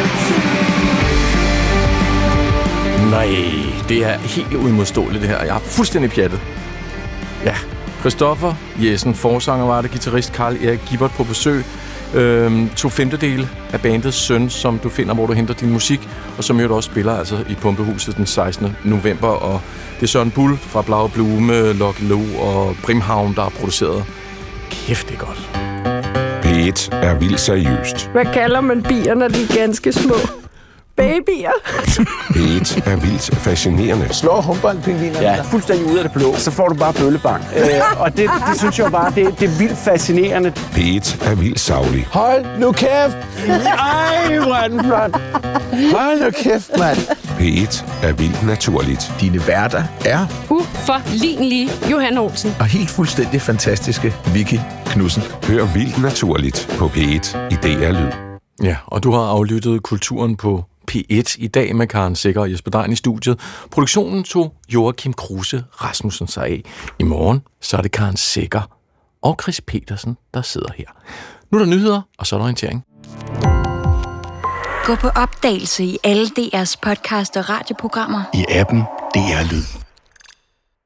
tog. Nej, det er helt uimodståeligt det her. Jeg er fuldstændig pjattet. Ja, Christoffer Jessen, forsanger, var det, guitarist Karl Erik Gibbert på besøg. Øhm, to femtedele af bandets Søn, som du finder, hvor du henter din musik, og som jo også spiller altså i Pumpehuset den sekstende november. Og det er Søren Bull fra Blaue Blume, Lucky Lo og Brimhavn, der har produceret. Kæft, det er godt. P et er vildt seriøst. Hvad kalder man bier, når de er ganske små? Babyer. P et er vildt fascinerende. Slår håndboldpingvinerne? Ja, fuldstændig ud af det blå. Så får du bare bøllebank. øh, og det, det synes jeg bare, det, det er vildt fascinerende. P et er vildt saglig. Hold nu kæft! Ej, hvor er den flot! Hold nu kæft, mand! P et er vildt naturligt. Dine værter er uforlignelige Johan Olsen og helt fuldstændig fantastiske Vicky Knudsen. Hør vildt naturligt på P et i D R Lyd. Ja, og du har aflyttet Kulturen på P et i dag med Karen Secher og Jesper Dein i studiet. Produktionen tog Joachim Kruse Rasmussen sig af. I morgen så er det Karen Secher og Chris Petersen, der sidder her. Nu er der nyheder, og så er der orientering. Gå på opdagelse i alle D R's podcast og radioprogrammer. I appen D R Lyd.